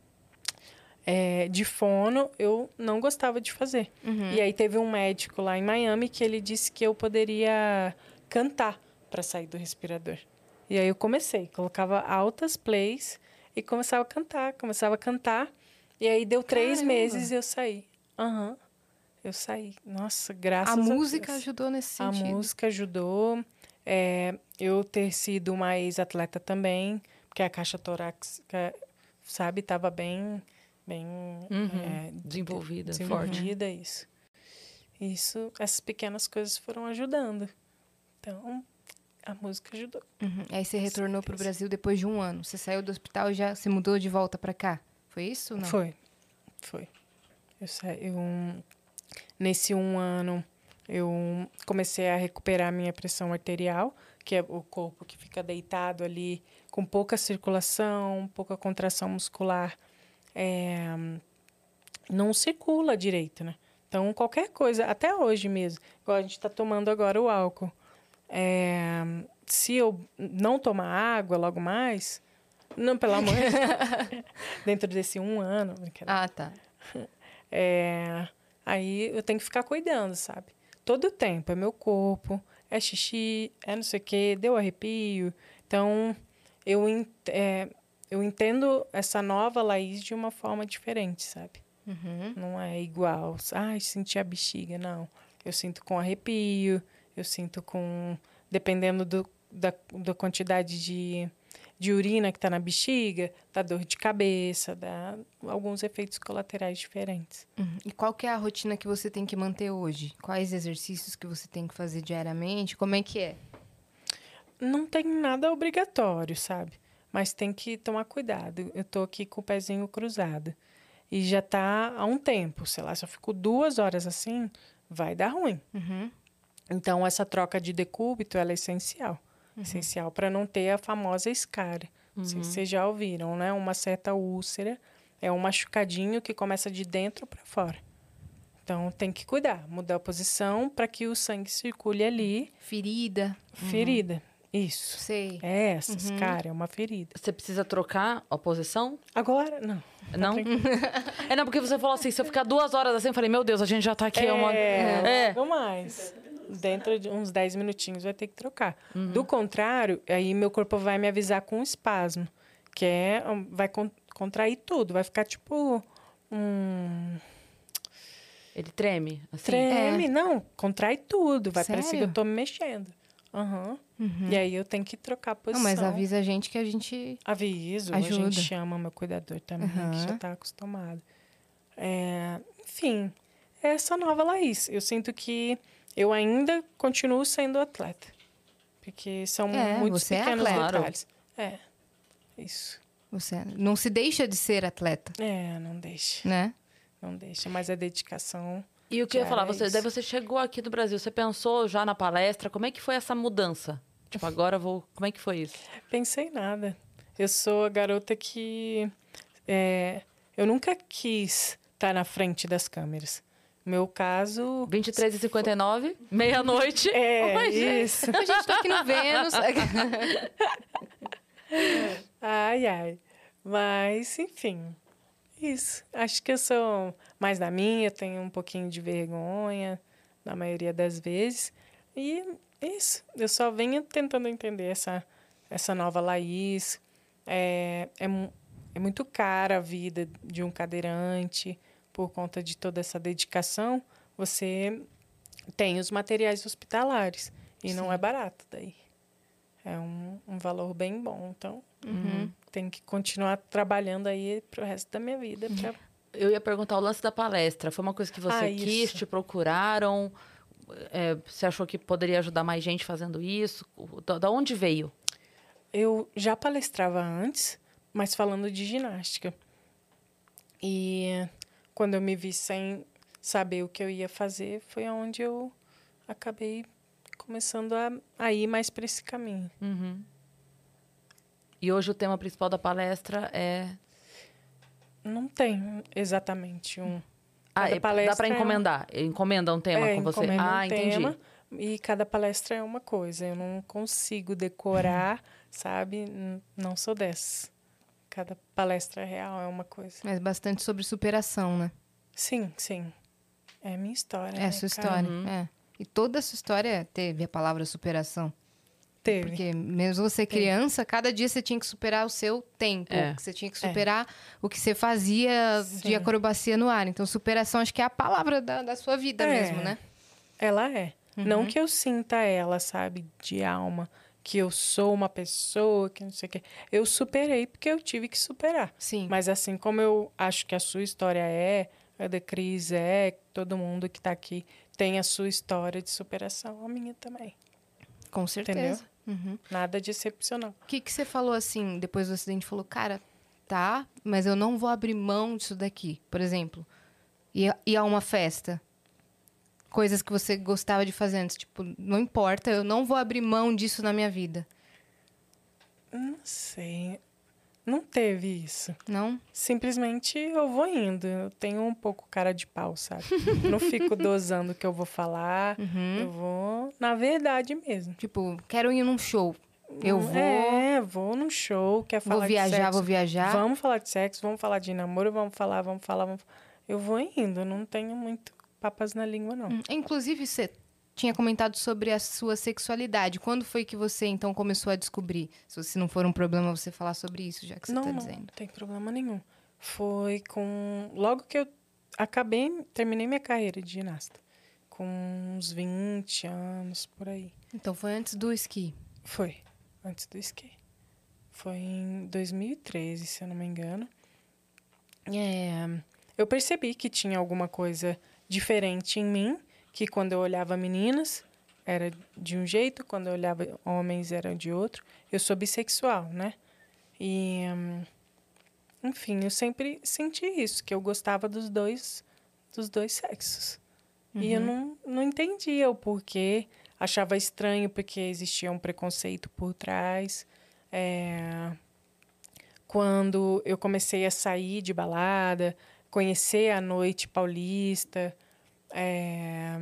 é, de fono, eu não gostava de fazer. Uhum. E aí teve um médico lá em Miami que ele disse que eu poderia cantar para sair do respirador. E aí eu comecei, colocava altas plays e começava a cantar, começava a cantar. E aí deu três Caramba. meses e eu saí. Aham, eu saí. Nossa, graças A a música Deus. ajudou nesse A sentido. música ajudou. É, eu ter sido uma ex-atleta também, porque a caixa torácica, sabe, estava bem, bem Uhum. é, Desenvolvida, forte. desenvolvida, isso. Isso, essas pequenas coisas foram ajudando. Então, a música ajudou. Uhum. Aí você retornou pro certeza. Brasil depois de um ano. Você saiu do hospital e já se mudou de volta pra cá. Foi isso ou não? Foi, foi. Eu, sa... eu, nesse um ano, eu comecei a recuperar a minha pressão arterial, que é o corpo que fica deitado ali, com pouca circulação, pouca contração muscular. É, não circula direito, né? Então, qualquer coisa, até hoje mesmo, igual a gente está tomando agora o álcool. É, se eu não tomar água logo mais, não, pelo amor de Deus, dentro desse um ano, Ah, tá. é, aí eu tenho que ficar cuidando, sabe? Todo o tempo, é meu corpo, é xixi, é não sei o quê, deu arrepio. Então, eu, en- é, eu entendo essa nova Laís de uma forma diferente, sabe? Uhum. Não é igual, ai, senti a bexiga, não. Eu sinto com arrepio, eu sinto com... Dependendo do, da, da quantidade de, de urina que está na bexiga, dá dor de cabeça, dá alguns efeitos colaterais diferentes. Uhum. E qual que é a rotina que você tem que manter hoje? Quais exercícios que você tem que fazer diariamente? Como é que é? Não tem nada obrigatório, sabe? Mas tem que tomar cuidado. Eu tô aqui com o pezinho cruzado. E já tá há um tempo, sei lá, se eu fico duas horas assim, vai dar ruim. Uhum. Então, essa troca de decúbito, ela é essencial. Essencial para não ter a famosa escária. Não sei se vocês já ouviram, né? Uma certa úlcera é um machucadinho que começa de dentro para fora. Então, tem que cuidar, mudar a posição para que o sangue circule ali. Ferida. Ferida. Isso. Sei. É essa, escária, é uma ferida. Você precisa trocar a posição? Agora, não. Não? É, não, porque você falou assim, se eu ficar duas horas assim, eu falei, meu Deus, a gente já tá aqui. É, uma... É, É. logo mais. Dentro de uns dez minutinhos vai ter que trocar. Do contrário, aí meu corpo vai me avisar com um espasmo, que é, um, vai con- contrair tudo, vai ficar tipo um... Ele treme? Assim? Treme, não, contrai tudo, vai parecer que Sério? eu tô me mexendo. Aham. E aí eu tenho que trocar a Não, posição. mas avisa a gente que a gente... Aviso, a Ajuda. gente chama meu cuidador também, Aham. que já está acostumado. É, enfim, é essa nova Laís. Eu sinto que eu ainda continuo sendo atleta. Porque são É, muitos você é pequenos atleta. detalhes. É, isso. Você não se deixa de ser atleta, É, não deixa, né? não deixa. Mas a dedicação... E o que eu ia Já falar, era você, isso. daí você chegou aqui no Brasil, você pensou já na palestra, como é que foi essa mudança? Tipo, agora eu vou... Como é que foi isso? Pensei nada. Eu sou a garota que... é, eu nunca quis estar na frente das câmeras. Meu caso... vinte e três e cinquenta e nove, meia-noite. É, Oi, gente. isso. A gente tá aqui no Vênus. Ai, ai. Mas, enfim, isso. Acho que eu sou mais da minha, tenho um pouquinho de vergonha, na maioria das vezes. E isso, eu só venho tentando entender essa, essa nova Laís. É, é, mu- é muito cara a vida de um cadeirante, por conta de toda essa dedicação. Você tem os materiais hospitalares, e não é barato daí. É um, um valor bem bom, então... Uhum. Tem que continuar trabalhando aí pro resto da minha vida. Pra... Eu ia perguntar o lance da palestra. Foi uma coisa que você Ah, quis, isso. te procuraram? É, você achou que poderia ajudar mais gente fazendo isso? Da, da onde veio? Eu já palestrava antes, mas falando de ginástica. E quando eu me vi sem saber o que eu ia fazer, foi onde eu acabei começando a, a ir mais para esse caminho. Uhum. E hoje o tema principal da palestra é... Não tem exatamente um... Ah, Cada é- dá palestra para é um- encomendar? Encomenda um tema é, com você? encomenda Ah, um entendi. tema, e cada palestra é uma coisa. Eu não consigo decorar, sabe? N- Não sou dessas. Cada palestra real é uma coisa. Mas bastante sobre superação, né? Sim, sim. É a minha história. É né, a sua cara? história. É. E toda a sua história teve a palavra superação. Teve. Porque mesmo você criança, cada dia você tinha que superar o seu tempo. É. Que você tinha que superar o que você fazia de Sim. acrobacia no ar. Então, superação acho que é a palavra da, da sua vida É. mesmo, né? Ela é. Uhum. Não que eu sinta ela, sabe, de alma, que eu sou uma pessoa, que não sei o quê. Eu superei porque eu tive que superar. Sim. Mas assim como eu acho que a sua história é, a da Cris é, todo mundo que está aqui tem a sua história de superação, a minha também. Com certeza. Uhum. Nada de excepcional. O que, que você falou assim, depois do acidente? Falou, cara, tá, mas eu não vou abrir mão disso daqui. Por exemplo, ir, ir a uma festa. Coisas que você gostava de fazer antes. Tipo, não importa, eu não vou abrir mão disso na minha vida. Não sei. Não teve isso. Não? Simplesmente eu vou indo. Eu tenho um pouco cara de pau, sabe? Não fico dosando o que eu vou falar. Uhum. Eu vou na verdade mesmo. Tipo, quero ir num show. Eu vou... É, vou num show, quer falar Vou de viajar, sexo. vou viajar. Vamos falar de sexo, vamos falar de namoro, vamos falar, vamos falar, vamos... Eu vou indo, não tenho muito papas na língua, não. Hum, Inclusive, você tinha comentado sobre a sua sexualidade. Quando foi que você, então, começou a descobrir? Se não for um problema você falar sobre isso, já que você não, está não, dizendo. não tem problema nenhum. Foi com... Logo que eu acabei, terminei minha carreira de ginasta. Com uns vinte anos, por aí. Então, foi antes do esqui. Foi, antes do esqui. Foi em dois mil e treze, se eu não me engano. É, eu percebi que tinha alguma coisa diferente em mim, que quando eu olhava meninas era de um jeito, quando eu olhava homens era de outro. Eu sou bissexual, né? E, hum, enfim, eu sempre senti isso, que eu gostava dos dois, dos dois sexos. Uhum. E eu não, não entendia o porquê. Achava estranho porque existia um preconceito por trás. É... Quando eu comecei a sair de balada, conhecer a noite paulista, é...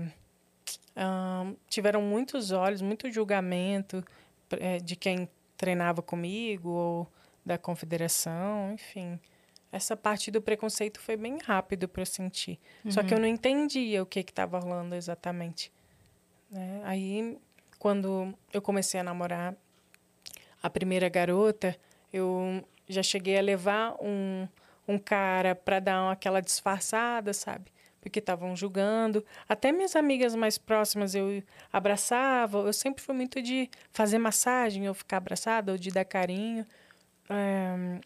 hum, tiveram muitos olhos, muito julgamento é, de quem treinava comigo ou da confederação, enfim. Essa parte do preconceito foi bem rápido para eu sentir. Uhum. Só que eu não entendia o que estava rolando exatamente. Né? Aí, quando eu comecei a namorar a primeira garota, eu já cheguei a levar um, um cara para dar uma, aquela disfarçada, sabe? Porque estavam julgando. Até minhas amigas mais próximas eu abraçava. Eu sempre fui muito de fazer massagem, ou ficar abraçada, ou de dar carinho. É,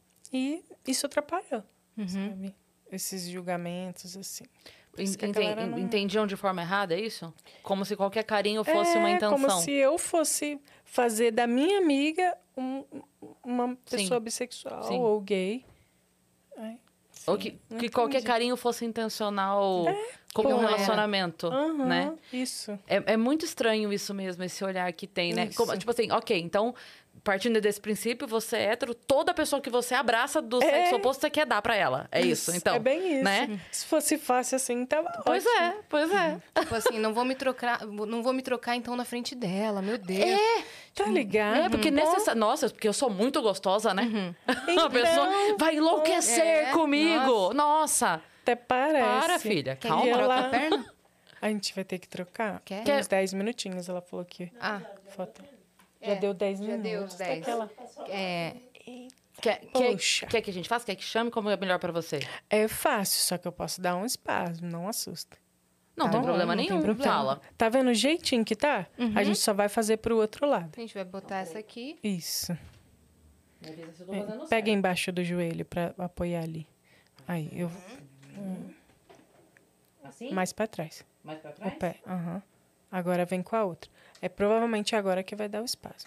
e isso atrapalhou, uhum. sabe? Esses julgamentos, assim. Entendi, não... Entendiam de forma errada, é isso? Como se qualquer carinho fosse é, uma intenção. Como se eu fosse fazer da minha amiga um, uma pessoa Sim. bissexual Sim. ou gay. Ai, sim, ou que, que qualquer carinho fosse intencional é, como pô, um relacionamento, uhum, né? Isso. É, é muito estranho isso mesmo, esse olhar que tem, né? Como, tipo assim, ok, então... Partindo desse princípio, você é hétero, toda pessoa que você abraça do é. sexo oposto, você quer dar pra ela. É isso, isso então. É bem isso. Né? Se fosse fácil assim, tava Pois ótimo. é, pois é. Tipo assim, não vou me trocar, não vou me trocar então na frente dela, meu Deus. É, tá ligado? É, porque necessário. Nossa, porque eu sou muito gostosa, né? Uhum. Então, a pessoa vai enlouquecer é, comigo. Nossa. nossa. Até parece. Para, filha. Quer Calma. Que ela... a perna? A gente vai ter que trocar? Quer? Uns dez minutinhos, ela falou que. Ah. Foto. Já é, deu dez minutos. Já deu os dez. Aquela... É... Quer, quer, quer que a gente faça? Quer que chame? Como é melhor pra você? É fácil, só que eu posso dar um espasmo, não assusta. Não tá tem bom, problema não nenhum, tem problema. Fala. Tá vendo o jeitinho que tá? Uhum. A gente só vai fazer pro outro lado. A gente vai botar essa aqui. Isso. É, pega certo. Embaixo do joelho pra apoiar ali. Aí, eu... Hum. Assim? Mais pra trás. Mais pra trás? O pé, aham. Uhum. Agora vem com a outra. É provavelmente agora que vai dar o espasmo.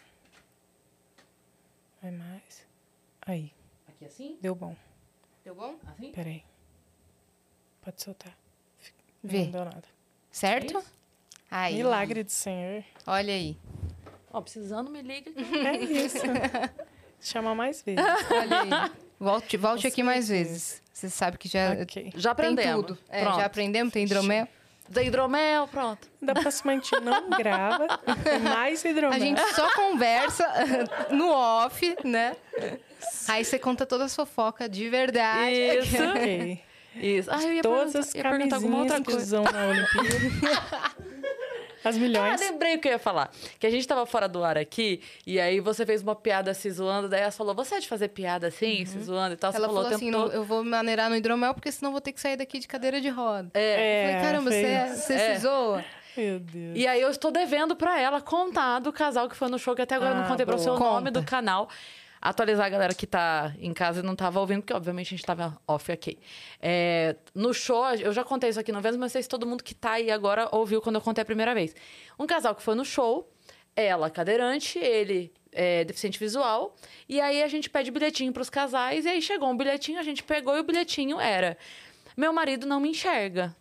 Vai mais. Aí. Aqui assim? Deu bom. Deu bom? Assim? Peraí. Pode soltar. Vê. Não deu nada. Certo? É aí. Milagre do Senhor. Olha aí. Ó, precisando, me liga. É isso. Chama mais vezes. Olha aí. Volte, volte aqui mais vezes. Você sabe que já, okay. já aprendemos. Tem tudo. É, já aprendemos, tem hidromel. Tem hidromel, pronto. Da próxima a gente não grava, tem mais hidromel. A gente só conversa no off, né? Aí você conta toda a fofoca de verdade. Isso. Okay. Isso. Ah, eu ia Todas perguntar, as ia perguntar alguma outra que coisa. usam na Olimpíada. As milhões. Ah, lembrei o que eu ia falar. Que a gente tava fora do ar aqui, e aí você fez uma piada se zoando, daí ela falou, você é de fazer piada assim, uhum. se zoando e tal? Você ela falou, falou assim, todo... eu vou me maneirar no hidromel, porque senão vou ter que sair daqui de cadeira de roda. É. Eu falei, caramba, você, você é. se zoa? Meu Deus. E aí eu estou devendo pra ela contar do casal que foi no show, que até agora ah, eu não contei pra você o nome do canal. Atualizar a galera que tá em casa e não tava ouvindo, porque obviamente a gente tava off aqui. É, no show, eu já contei isso aqui no vez, mas não sei se todo mundo que tá aí agora ouviu quando eu contei a primeira vez. Um casal que foi no show, ela cadeirante, ele é deficiente visual. E aí a gente pede bilhetinho pros casais. E aí chegou um bilhetinho, a gente pegou e o bilhetinho era: meu marido não me enxerga.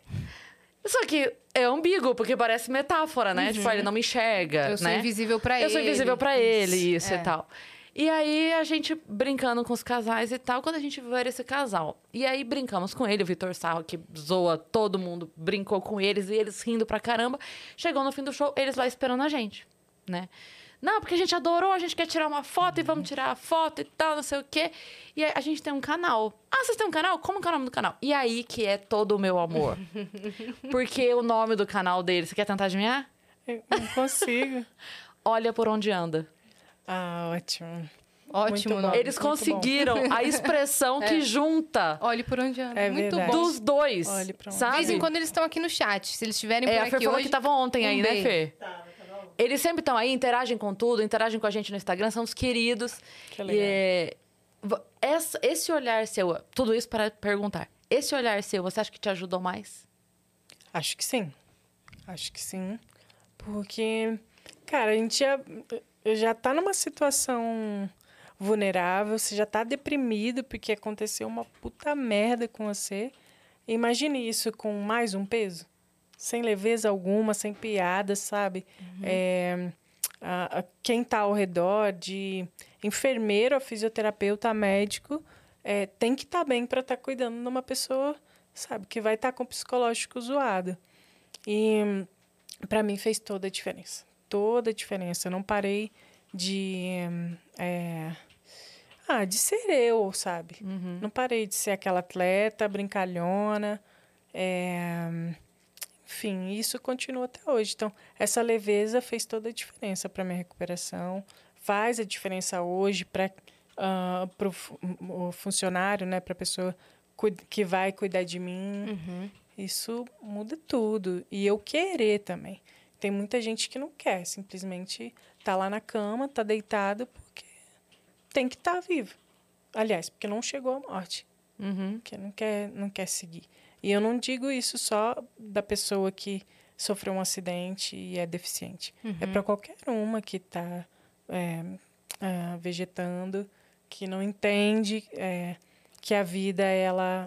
Só que é ambíguo, porque parece metáfora, né? Uhum. Tipo, ele não me enxerga, Eu né? sou invisível pra ele. Eu sou invisível pra ele, isso é. e tal. E aí, a gente brincando com os casais e tal, quando a gente viu era esse casal. E aí, brincamos com ele, o Vitor Sarro, que zoa todo mundo, brincou com eles, e eles rindo pra caramba. Chegou no fim do show, eles lá esperando a gente, né? Não, porque a gente adorou, a gente quer tirar uma foto e vamos tirar a foto e tal, não sei o quê. E aí, a gente tem um canal. Ah, vocês têm um canal? Como que é o nome do canal? E aí que é todo o meu amor. Porque o nome do canal dele, você quer tentar adivinhar? Eu não consigo. Olha por onde anda. Ah, ótimo. Ótimo, Muito bom. nome. Eles conseguiram a expressão que junta Olhe por onde anda. É Muito verdade. bom. dos dois, Olhe pra onde. De sabe? vez em quando eles estão aqui no chat. Se eles estiverem É, por a Fê aqui falou hoje... que tava ontem um aí, né, beijo. Fê? Tá, tá bom. Eles sempre estão aí, interagem com tudo, interagem com a gente no Instagram, são os queridos. Que E, legal. é, vo- essa- esse olhar seu, tudo isso para perguntar, esse olhar seu, você acha que te ajudou mais? Acho que sim. Acho que sim. Porque, cara, a gente já, já tá numa situação vulnerável, você já tá deprimido porque aconteceu uma puta merda com você. Imagine isso com mais um peso. Sem leveza alguma, sem piada, sabe? É, a, a- quem tá ao redor, de enfermeiro, a fisioterapeuta, a médico, é, tem que estar bem para estar cuidando de uma pessoa, sabe? Que vai estar com o psicológico zoado. E para mim fez toda a diferença. Toda a diferença. Eu não parei de... é, ah, de ser eu, sabe? Não parei de ser aquela atleta brincalhona. é, Enfim, isso continua até hoje. Então, essa leveza fez toda a diferença para minha recuperação. Faz a diferença hoje para o funcionário, né? Para a pessoa cuid- que vai cuidar de mim. Isso muda tudo. E eu querer também. Tem muita gente que não quer. Simplesmente tá lá na cama, tá deitado porque tem que estar vivo. Aliás, porque não chegou à morte. Uhum. Que não quer, não quer seguir. E eu não digo isso só da pessoa que sofreu um acidente e é deficiente. É para qualquer uma que está vegetando, que não entende é, que a vida, ela...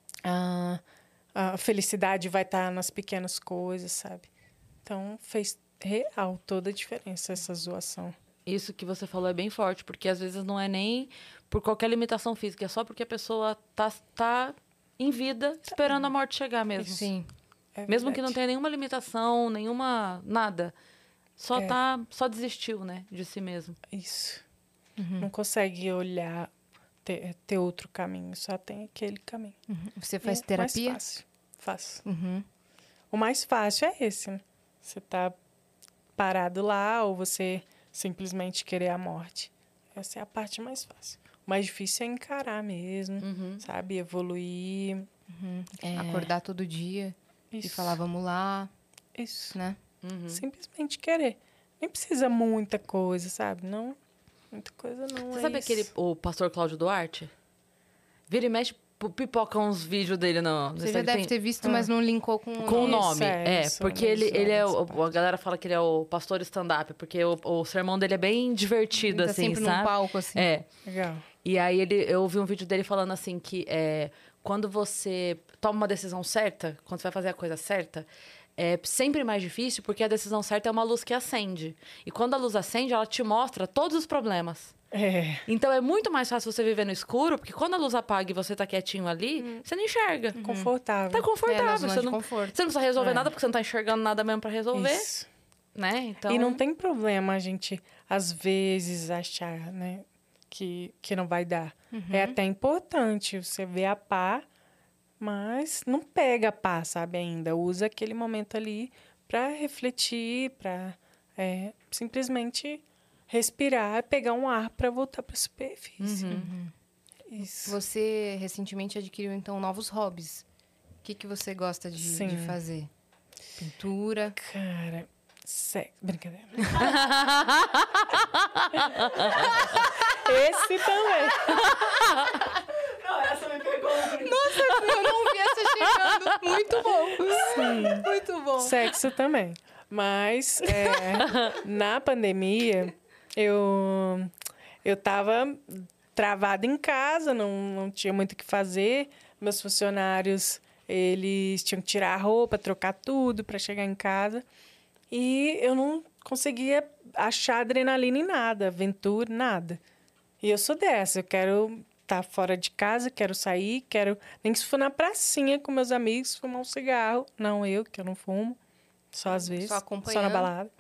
A, a felicidade vai estar nas pequenas coisas, sabe? Então, fez real toda a diferença essa zoação. Isso que você falou é bem forte, porque às vezes não é nem por qualquer limitação física, é só porque a pessoa tá, tá em vida, esperando a morte chegar mesmo. Sim. É Mesmo que não verdade. tenha nenhuma limitação, nenhuma... nada. Só É. tá... Só desistiu, né? De si mesmo. Isso. Não consegue olhar, ter, ter outro caminho, só tem aquele caminho. Você faz É terapia? mais fácil. Faço. Uhum. O mais fácil é esse, né? Você tá parado lá ou você simplesmente querer a morte. Essa é a parte mais fácil. O mais difícil é encarar mesmo, sabe? Evoluir. É, Acordar todo dia e Isso. falar, vamos lá, Isso. né? Simplesmente querer. Nem precisa muita coisa, sabe? Não, muita coisa não Você é sabe isso. aquele... O pastor Cláudio Duarte? Vira e mexe, pu- pipoca uns vídeos dele no... no Você já Instagram. deve Tem- ter visto, mas não linkou com o Com o nome. nome, é é. isso, porque né, ele, isso, ele é... essa O, parte. a galera fala que ele é o pastor stand-up, porque o, o sermão dele é bem divertido, Ele tá assim, sempre sabe? num palco, assim. É. Legal. E aí ele, eu ouvi um vídeo dele falando assim que é, quando você toma uma decisão certa, quando você vai fazer a coisa certa, é sempre mais difícil porque a decisão certa é uma luz que acende. E quando a luz acende, ela te mostra todos os problemas. É. Então é muito mais fácil você viver no escuro, porque quando a luz apaga e você tá quietinho ali, você não enxerga. Confortável. Tá confortável. É, na zona você, de não, conforto. você não precisa resolver É. nada porque você não tá enxergando nada mesmo pra resolver, Isso. né? Então, E não tem problema a gente, às vezes, achar, né, que, que não vai dar. É até importante você ver a pá, mas não pega a pá, sabe, ainda. Usa aquele momento ali para refletir, para simplesmente respirar, pegar um ar para voltar para a superfície. Isso. Você recentemente adquiriu, então, novos hobbies. O que, que você gosta de, Sim. de fazer? Pintura? Cara, sexo. Brincadeira. Esse também. Não, essa me pegou. Eu não vi essa chegando. Muito bom. Sim. Muito bom. Sexo também. Mas, é, na pandemia, eu, eu tava travada em casa, não, não tinha muito o que fazer. Meus funcionários, eles tinham que tirar a roupa, trocar tudo para chegar em casa. E eu não conseguia achar adrenalina em nada, aventura, nada. E eu sou dessa, eu quero estar fora de casa, quero sair, quero... Nem que se for na pracinha com meus amigos, fumar um cigarro. Não eu, que eu não fumo, só às vezes, Só só acompanhando. na balada.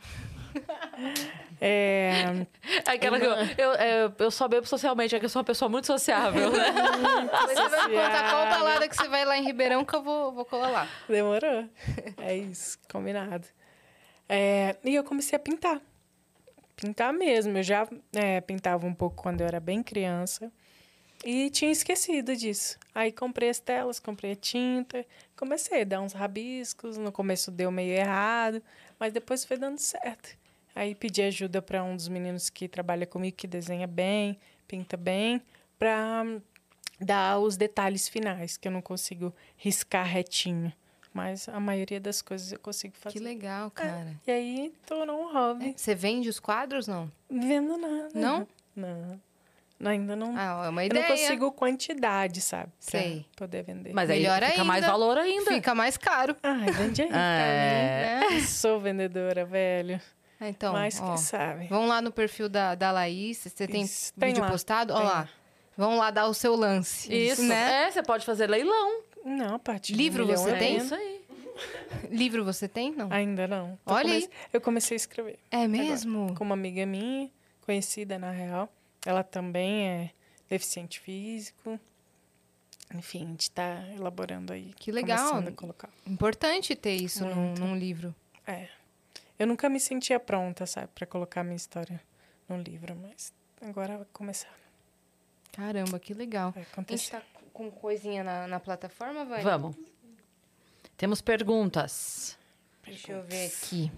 É... Aquela que eu, eu, eu, eu só bebo socialmente, é que eu sou uma pessoa muito sociável, né? Depois você vai me contar qual balada que você vai lá em Ribeirão que eu vou, vou colar lá. Demorou. É isso, combinado. É, e eu comecei a pintar. Pintar mesmo. Eu já é, pintava um pouco quando eu era bem criança. E tinha esquecido disso. Aí comprei as telas, comprei a tinta. Comecei a dar uns rabiscos. No começo deu meio errado, mas depois foi dando certo. Aí pedi ajuda para um dos meninos que trabalha comigo, que desenha bem, pinta bem, para dar os detalhes finais, que eu não consigo riscar retinho. Mas a maioria das coisas eu consigo fazer. Que legal, cara. É, e aí tornou um hobby. É, você vende os quadros, não? Vendo nada. Não? Não. Não, ainda não. Ah, é uma eu ideia. não consigo quantidade, sabe? Pra Sei. poder vender. Mas aí Melhor fica ainda. mais valor ainda. Fica mais caro. Ai, vende aí. É. pra mim. Sou vendedora, velho. Ah, então, Mas ó, quem sabe? vão lá no perfil da, da Laís. Você tem Isso, tem vídeo lá, postado? Ó tem. lá. Vão lá dar o seu lance. Isso, né? É, você pode fazer leilão. Não, a partir Livro de um milhão você eu tem? É vendo. isso aí. Livro você tem? Não. Ainda não. Tô Olha comece- Eu comecei a escrever. É mesmo? Agora, com uma amiga minha, conhecida na real. Ela também é deficiente físico. Enfim, a gente está elaborando aí. Que legal. Começando a colocar. Importante ter isso num, Muito. num livro. É. Eu nunca me sentia pronta, sabe, para colocar minha história num livro, mas agora vai começar. Caramba, que legal. Vai A gente acontecer. tá com coisinha na, na plataforma, vai? Vamos. Temos perguntas. Deixa eu ver aqui.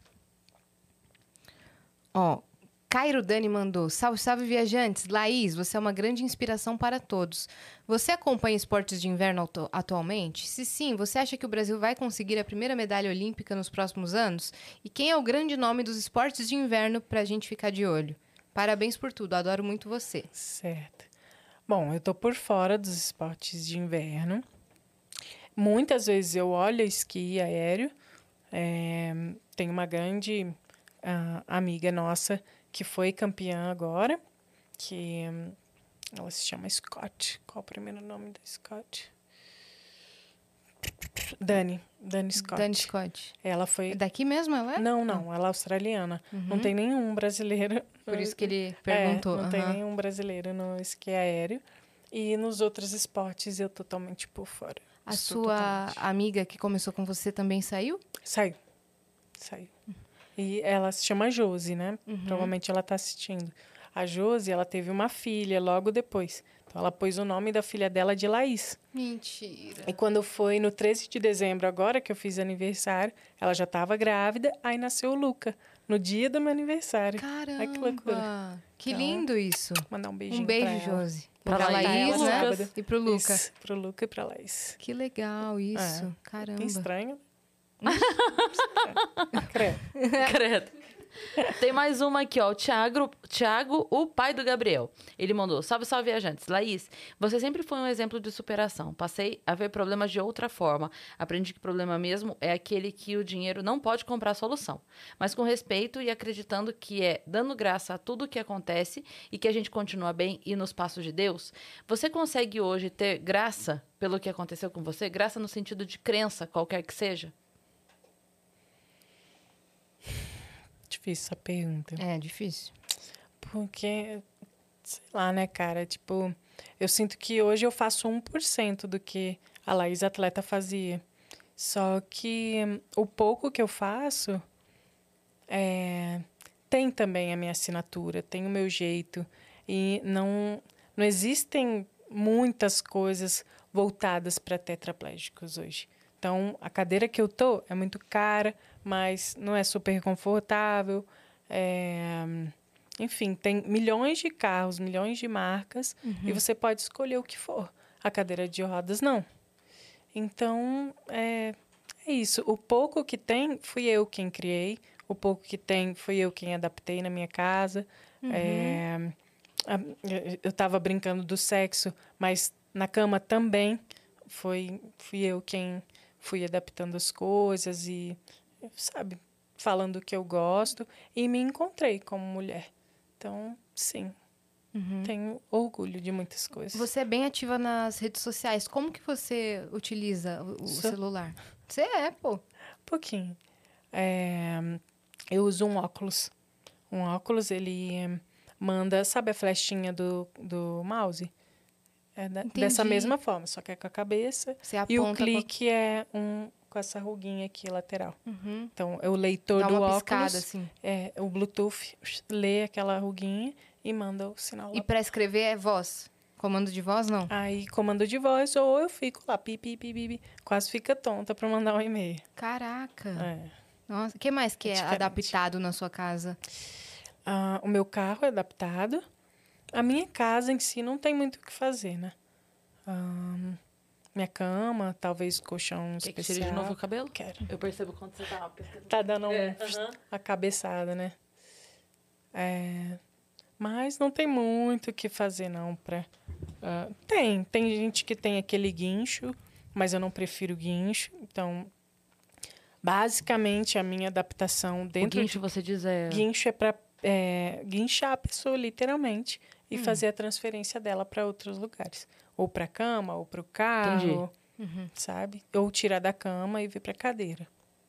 Ó, Cairo Dani mandou. Salve, salve, viajantes. Laís, você é uma grande inspiração para todos. Você acompanha esportes de inverno atu- atualmente? Se sim, você acha que o Brasil vai conseguir a primeira medalha olímpica nos próximos anos? E quem é o grande nome dos esportes de inverno para a gente ficar de olho? Parabéns por tudo, adoro muito você. Certo. Bom, eu tô por fora dos esportes de inverno. Muitas vezes eu olho esqui aéreo. É, tem uma grande ah, amiga nossa que foi campeã agora, que hum, ela se chama Scott. Qual o primeiro nome da Scott? Dani. Dani Scott. Dani Scott. Ela foi... É daqui mesmo, ela é? Não, não. Ela é australiana. Não tem nenhum brasileiro. Por isso que ele perguntou. É, não tem aham. nenhum brasileiro no esqui aéreo. E nos outros esportes eu totalmente por fora. A Estou sua totalmente- amiga que começou com você também saiu? Saiu. Saiu. E ela se chama Josi, né? Uhum. Provavelmente ela está assistindo. A Josi, ela teve uma filha logo depois. Então, ela pôs o nome da filha dela de Laís. Mentira. E quando foi no treze de dezembro, agora que eu fiz aniversário, ela já estava grávida, aí nasceu o Luca, no dia do meu aniversário. Caramba. Ai, que loucura. Que Então, lindo isso. Mandar um beijinho Um beijo, pra ela. Josi. Pra Pra Laís, Laís, Lucas. né? Sábado. E pro Luca. Isso, pro Luca e pra Laís. Que legal isso. É. Caramba. Tem estranho. Credo. Credo. Tem mais uma aqui, ó. O Thiago, Thiago, o pai do Gabriel. Ele mandou: salve, salve, viajantes. Laís, você sempre foi um exemplo de superação. Passei a ver problemas de outra forma. Aprendi que o problema mesmo é aquele que o dinheiro não pode comprar a solução. Mas com respeito e acreditando que é dando graça a tudo o que acontece e que a gente continua bem e nos passos de Deus, você consegue hoje ter graça pelo que aconteceu com você? Graça no sentido de crença, qualquer que seja? Difícil essa pergunta. É difícil. Porque, sei lá, né, cara? Tipo, eu sinto que hoje eu faço um por cento do que a Laís atleta fazia. Só que hum, o pouco que eu faço é, tem também a minha assinatura, tem o meu jeito. E não, não existem muitas coisas voltadas para tetraplégicos hoje. Então, a cadeira que eu tô é muito cara, mas não é super confortável. É, enfim, tem milhões de carros, milhões de marcas, e você pode escolher o que for. A cadeira de rodas, não. Então, é, é isso. O pouco que tem, fui eu quem criei. O pouco que tem, fui eu quem adaptei na minha casa. Uhum. É, a- eu- eu estava brincando do sexo, mas na cama também foi, fui eu quem fui adaptando as coisas e, sabe, falando o que eu gosto. E me encontrei como mulher. Então, sim, Uhum. tenho orgulho de muitas coisas. Você é bem ativa nas redes sociais. Como que você utiliza o, o Sou. celular? Você é, pô. Um pouquinho. É, eu uso um óculos. Um óculos, ele eh, manda, sabe a flechinha do, do mouse? É da- dessa Entendi. mesma forma, só que é com a cabeça. Você E o aponta com a- clique é um com essa ruguinha aqui lateral. Uhum. Então, é o leitor Dá do uma óculos, piscada, assim. é, o Bluetooth lê aquela ruguinha e manda o sinal lá. E pra escrever é voz? Comando de voz, não? Aí, comando de voz, ou eu fico lá, pi, pi, pi, pi, pi, quase fica tonta para mandar um e-mail. Caraca. É. Nossa, o que mais que É é, diferente. adaptado na sua casa? Ah, o meu carro é adaptado. A minha casa em si não tem muito o que fazer, né? Ah, minha cama, talvez colchão Quer que especial. tire de novo o cabelo? Quero. Eu percebo quando você tá pesquisando. Tá dando um- É, aham. a cabeçada, né? É, mas não tem muito o que fazer, não. Pra, ah, tem. Tem gente que tem aquele guincho, mas eu não prefiro guincho. Então, basicamente, a minha adaptação O dentro guincho, você diz, é... de guincho é para é, guinchar a pessoa, literalmente, e fazer a transferência dela para outros lugares. Ou para cama, ou para o carro, Uhum. sabe? Ou tirar da cama e vir para cadeira.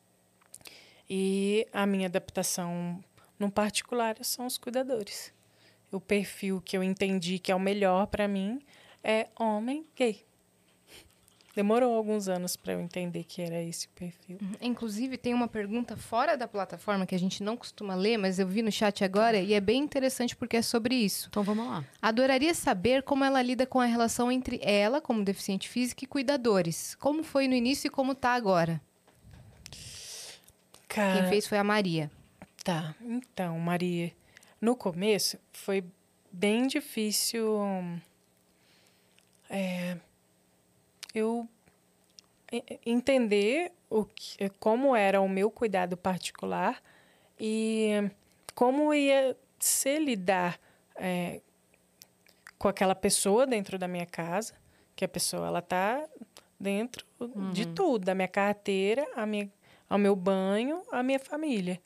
E a minha adaptação, no particular, são os cuidadores. O perfil que eu entendi que é o melhor para mim é homem gay. Demorou alguns anos para eu entender que era esse o perfil. Uhum. Inclusive, tem uma pergunta fora da plataforma que a gente não costuma ler, mas eu vi no chat agora e é bem interessante porque é sobre isso. Então vamos lá. Adoraria saber como ela lida com a relação entre ela, como deficiente física, e cuidadores. Como foi no início e como tá agora? Cara, Quem fez foi a Maria. Tá, então, Maria, no começo foi bem difícil é, eu e- entender o que, como era o meu cuidado particular e como ia ser lidar é, com aquela pessoa dentro da minha casa, que a pessoa ela tá dentro de tudo, da minha carteira, a minha, ao meu banho, a minha família.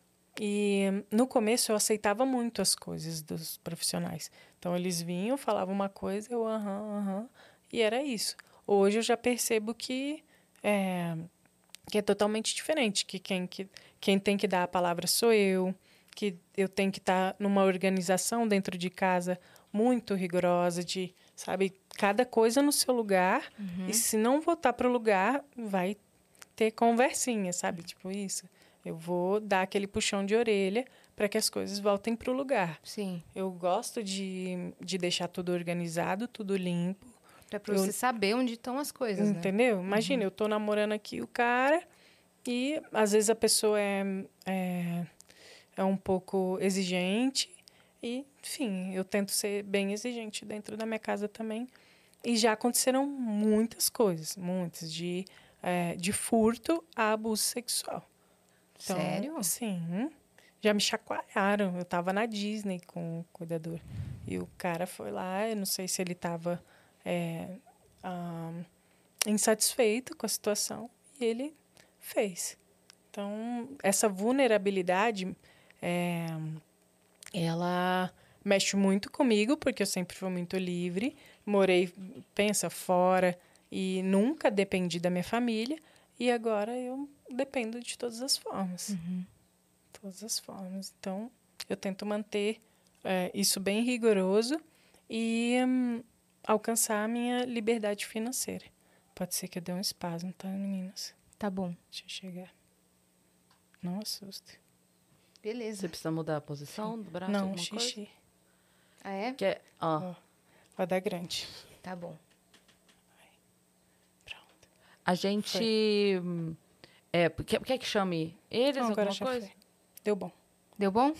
E no começo eu aceitava muito as coisas dos profissionais. Então eles vinham, falavam uma coisa, eu aham, aham, e era isso. Hoje eu já percebo que é, que é totalmente diferente, que quem, que quem tem que dar a palavra sou eu, que eu tenho que estar numa organização dentro de casa muito rigorosa, de, sabe, cada coisa no seu lugar, e se não voltar para o lugar, vai ter conversinha, sabe, tipo isso. Eu vou dar aquele puxão de orelha para que as coisas voltem para o lugar. Sim. Eu gosto de, de deixar tudo organizado, tudo limpo. Pra pra Eu- você saber onde estão as coisas, né? Entendeu? Imagina, eu tô namorando aqui o cara e às vezes a pessoa é, é, é um pouco exigente e, enfim, eu tento ser bem exigente dentro da minha casa também. E já aconteceram muitas coisas, muitas, de, é, de furto a abuso sexual. Então, Sério? Sim. Já me chacoalharam. Eu tava na Disney com o cuidador. E o cara foi lá, eu não sei se ele tava é, ah, insatisfeito com a situação. E ele fez. Então, essa vulnerabilidade, é, ela mexe muito comigo, porque eu sempre fui muito livre. Morei, pensa, fora e nunca dependi da minha família. E agora eu dependo de todas as formas. Todas as formas. Então, eu tento manter é, isso bem rigoroso e hum, alcançar a minha liberdade financeira. Pode ser que eu dê um espasmo, tá, meninas? Tá bom. Deixa eu chegar. Não assuste. Beleza. Você precisa mudar a posição do braço? Não, alguma coisa? xixi. Ah, é? Que é, ó, Vai dar grande. Tá bom. Pronto. a gente... hum, É, quer, quer que chame eles, Não, agora alguma já coisa? foi. Deu bom. Deu bom? É?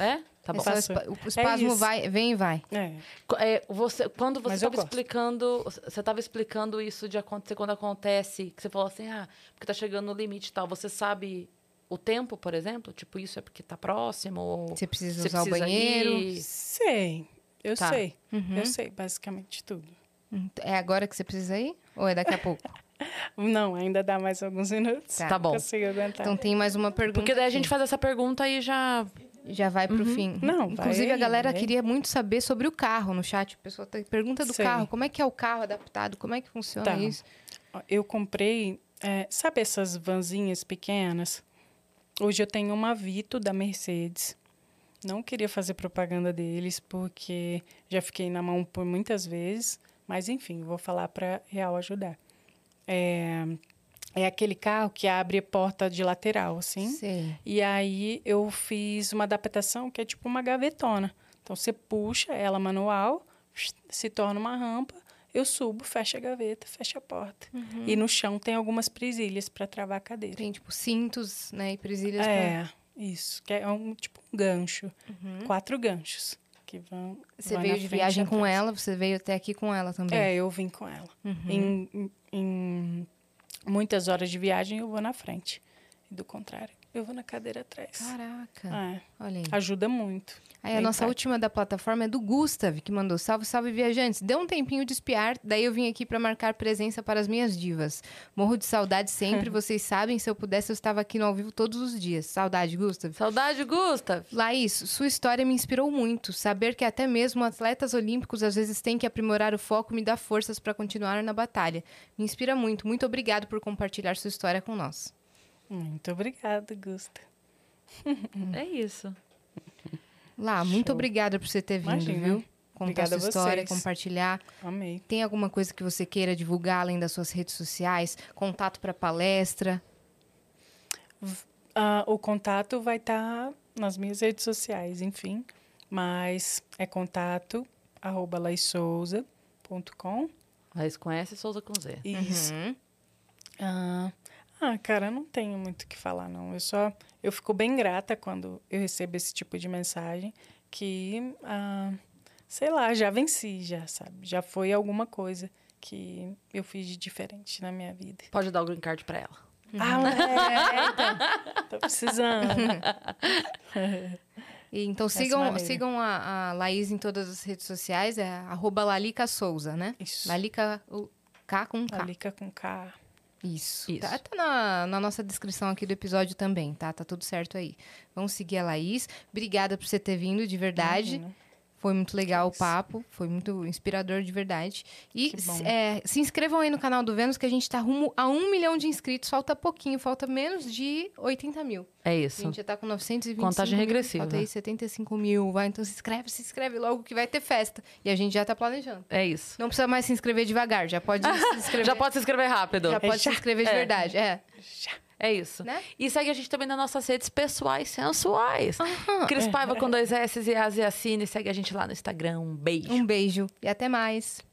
Tá bom. É só Passou. espa- o espasmo isso. vai, vem e vai. É. Co- é, você, quando você Mas eu estava gosto. explicando, você estava explicando isso de acontecer quando acontece, que você falou assim, ah, porque tá chegando no limite e tal. Você sabe o tempo, por exemplo? Tipo, isso é porque tá próximo? Ou Você precisa você usar o precisa banheiro. ir? Sei. Eu Tá. sei. Uhum. Eu sei basicamente tudo. É agora que você precisa ir? Ou é daqui a pouco? Não, ainda dá mais alguns minutos. Tá. Tá bom. Consigo aguentar. Então tem mais uma pergunta. Porque daí a aqui. gente faz essa pergunta e já... Já vai pro fim. Não, Inclusive, vai a galera aí, vai. queria muito saber sobre o carro no chat. O pessoal tem pergunta do Sei. carro. Como é que é o carro adaptado? Como é que funciona Tá. isso? Ó, eu comprei, é, sabe essas vanzinhas pequenas? Hoje eu tenho uma Vito da Mercedes. Não queria fazer propaganda deles, porque já fiquei na mão por muitas vezes. Mas, enfim, vou falar para Real ajudar. É, é aquele carro que abre a porta de lateral, assim. Sei. E aí eu fiz uma adaptação que é tipo uma gavetona. Então você puxa ela manual, se torna uma rampa, eu subo, fecho a gaveta, fecho a porta. Uhum. E no chão tem algumas presilhas para travar a cadeira. Tem, tipo, cintos, né? E presilhas É, isso. Que é um tipo um gancho. Uhum. Quatro ganchos que vão. Você vão veio na de frente e viagem com atrás. ela, você veio até aqui com ela também. É, eu vim com ela. Uhum. Em, em- em muitas horas de viagem eu vou na frente. E do contrário, eu vou na cadeira atrás. Caraca, É, olha aí. ajuda muito. Aí a bem nossa prático. última da plataforma é do Gustav, que mandou salve, salve viajantes. Deu um tempinho de espiar, daí eu vim aqui pra marcar presença para as minhas divas. Morro de saudade sempre, vocês sabem, se eu pudesse eu estava aqui no ao vivo todos os dias. Saudade, Gustav. Saudade, Gustav! Laís, sua história me inspirou muito. Saber que até mesmo atletas olímpicos às vezes têm que aprimorar o foco me dá forças para continuar na batalha. Me inspira muito. Muito obrigado por compartilhar sua história com nós. Muito obrigada, Gusta. É isso. Lá, muito Show. obrigada por você ter vindo, Imagina. viu? Contar Obrigada sua a história, vocês. compartilhar. Amei. Tem alguma coisa que você queira divulgar além das suas redes sociais? Contato para palestra? Ah, o contato vai estar nas minhas redes sociais, enfim. Mas é contato arroba laissouza ponto com. Mas conhece Souza com Z. Isso. Uhum. Ah, ah, cara, eu não tenho muito o que falar, não. Eu só... Eu fico bem grata quando eu recebo esse tipo de mensagem que, ah, sei lá, já venci, já, sabe? Já foi alguma coisa que eu fiz de diferente na minha vida. Pode dar o green card pra ela. Ah, é, tô precisando. E, então Dessa sigam, maneira. sigam a, a Laís em todas as redes sociais, é arroba Lalica Souza, né? Isso. Lalica o K com K. Lalica com K. Isso. Isso. Tá, tá na, na nossa descrição aqui do episódio também, tá? Tá tudo certo aí. Vamos seguir a Laís. Obrigada por você ter vindo, de verdade. Imagina. Foi muito legal o Isso. papo, foi muito inspirador de verdade. E Que bom. se- é, se inscrevam aí no canal do Vênus, que a gente tá rumo a um milhão de inscritos. Falta pouquinho, falta menos de oitenta mil. É A isso. gente já tá com novecentos e vinte e cinco Contagem mil, regressiva. Falta aí setenta e cinco mil, vai. Então se inscreve, se inscreve logo que vai ter festa. E a gente já tá planejando. É isso. Não precisa mais se inscrever devagar, já pode se inscrever. Já pode se inscrever rápido. já pode se Já. inscrever de É. verdade, é. É isso. Né? E segue a gente também nas nossas redes pessoais sensuais. Cris é. Paiva com dois S e As e Assine. Segue a gente lá no Instagram. Um beijo. Um beijo e até mais.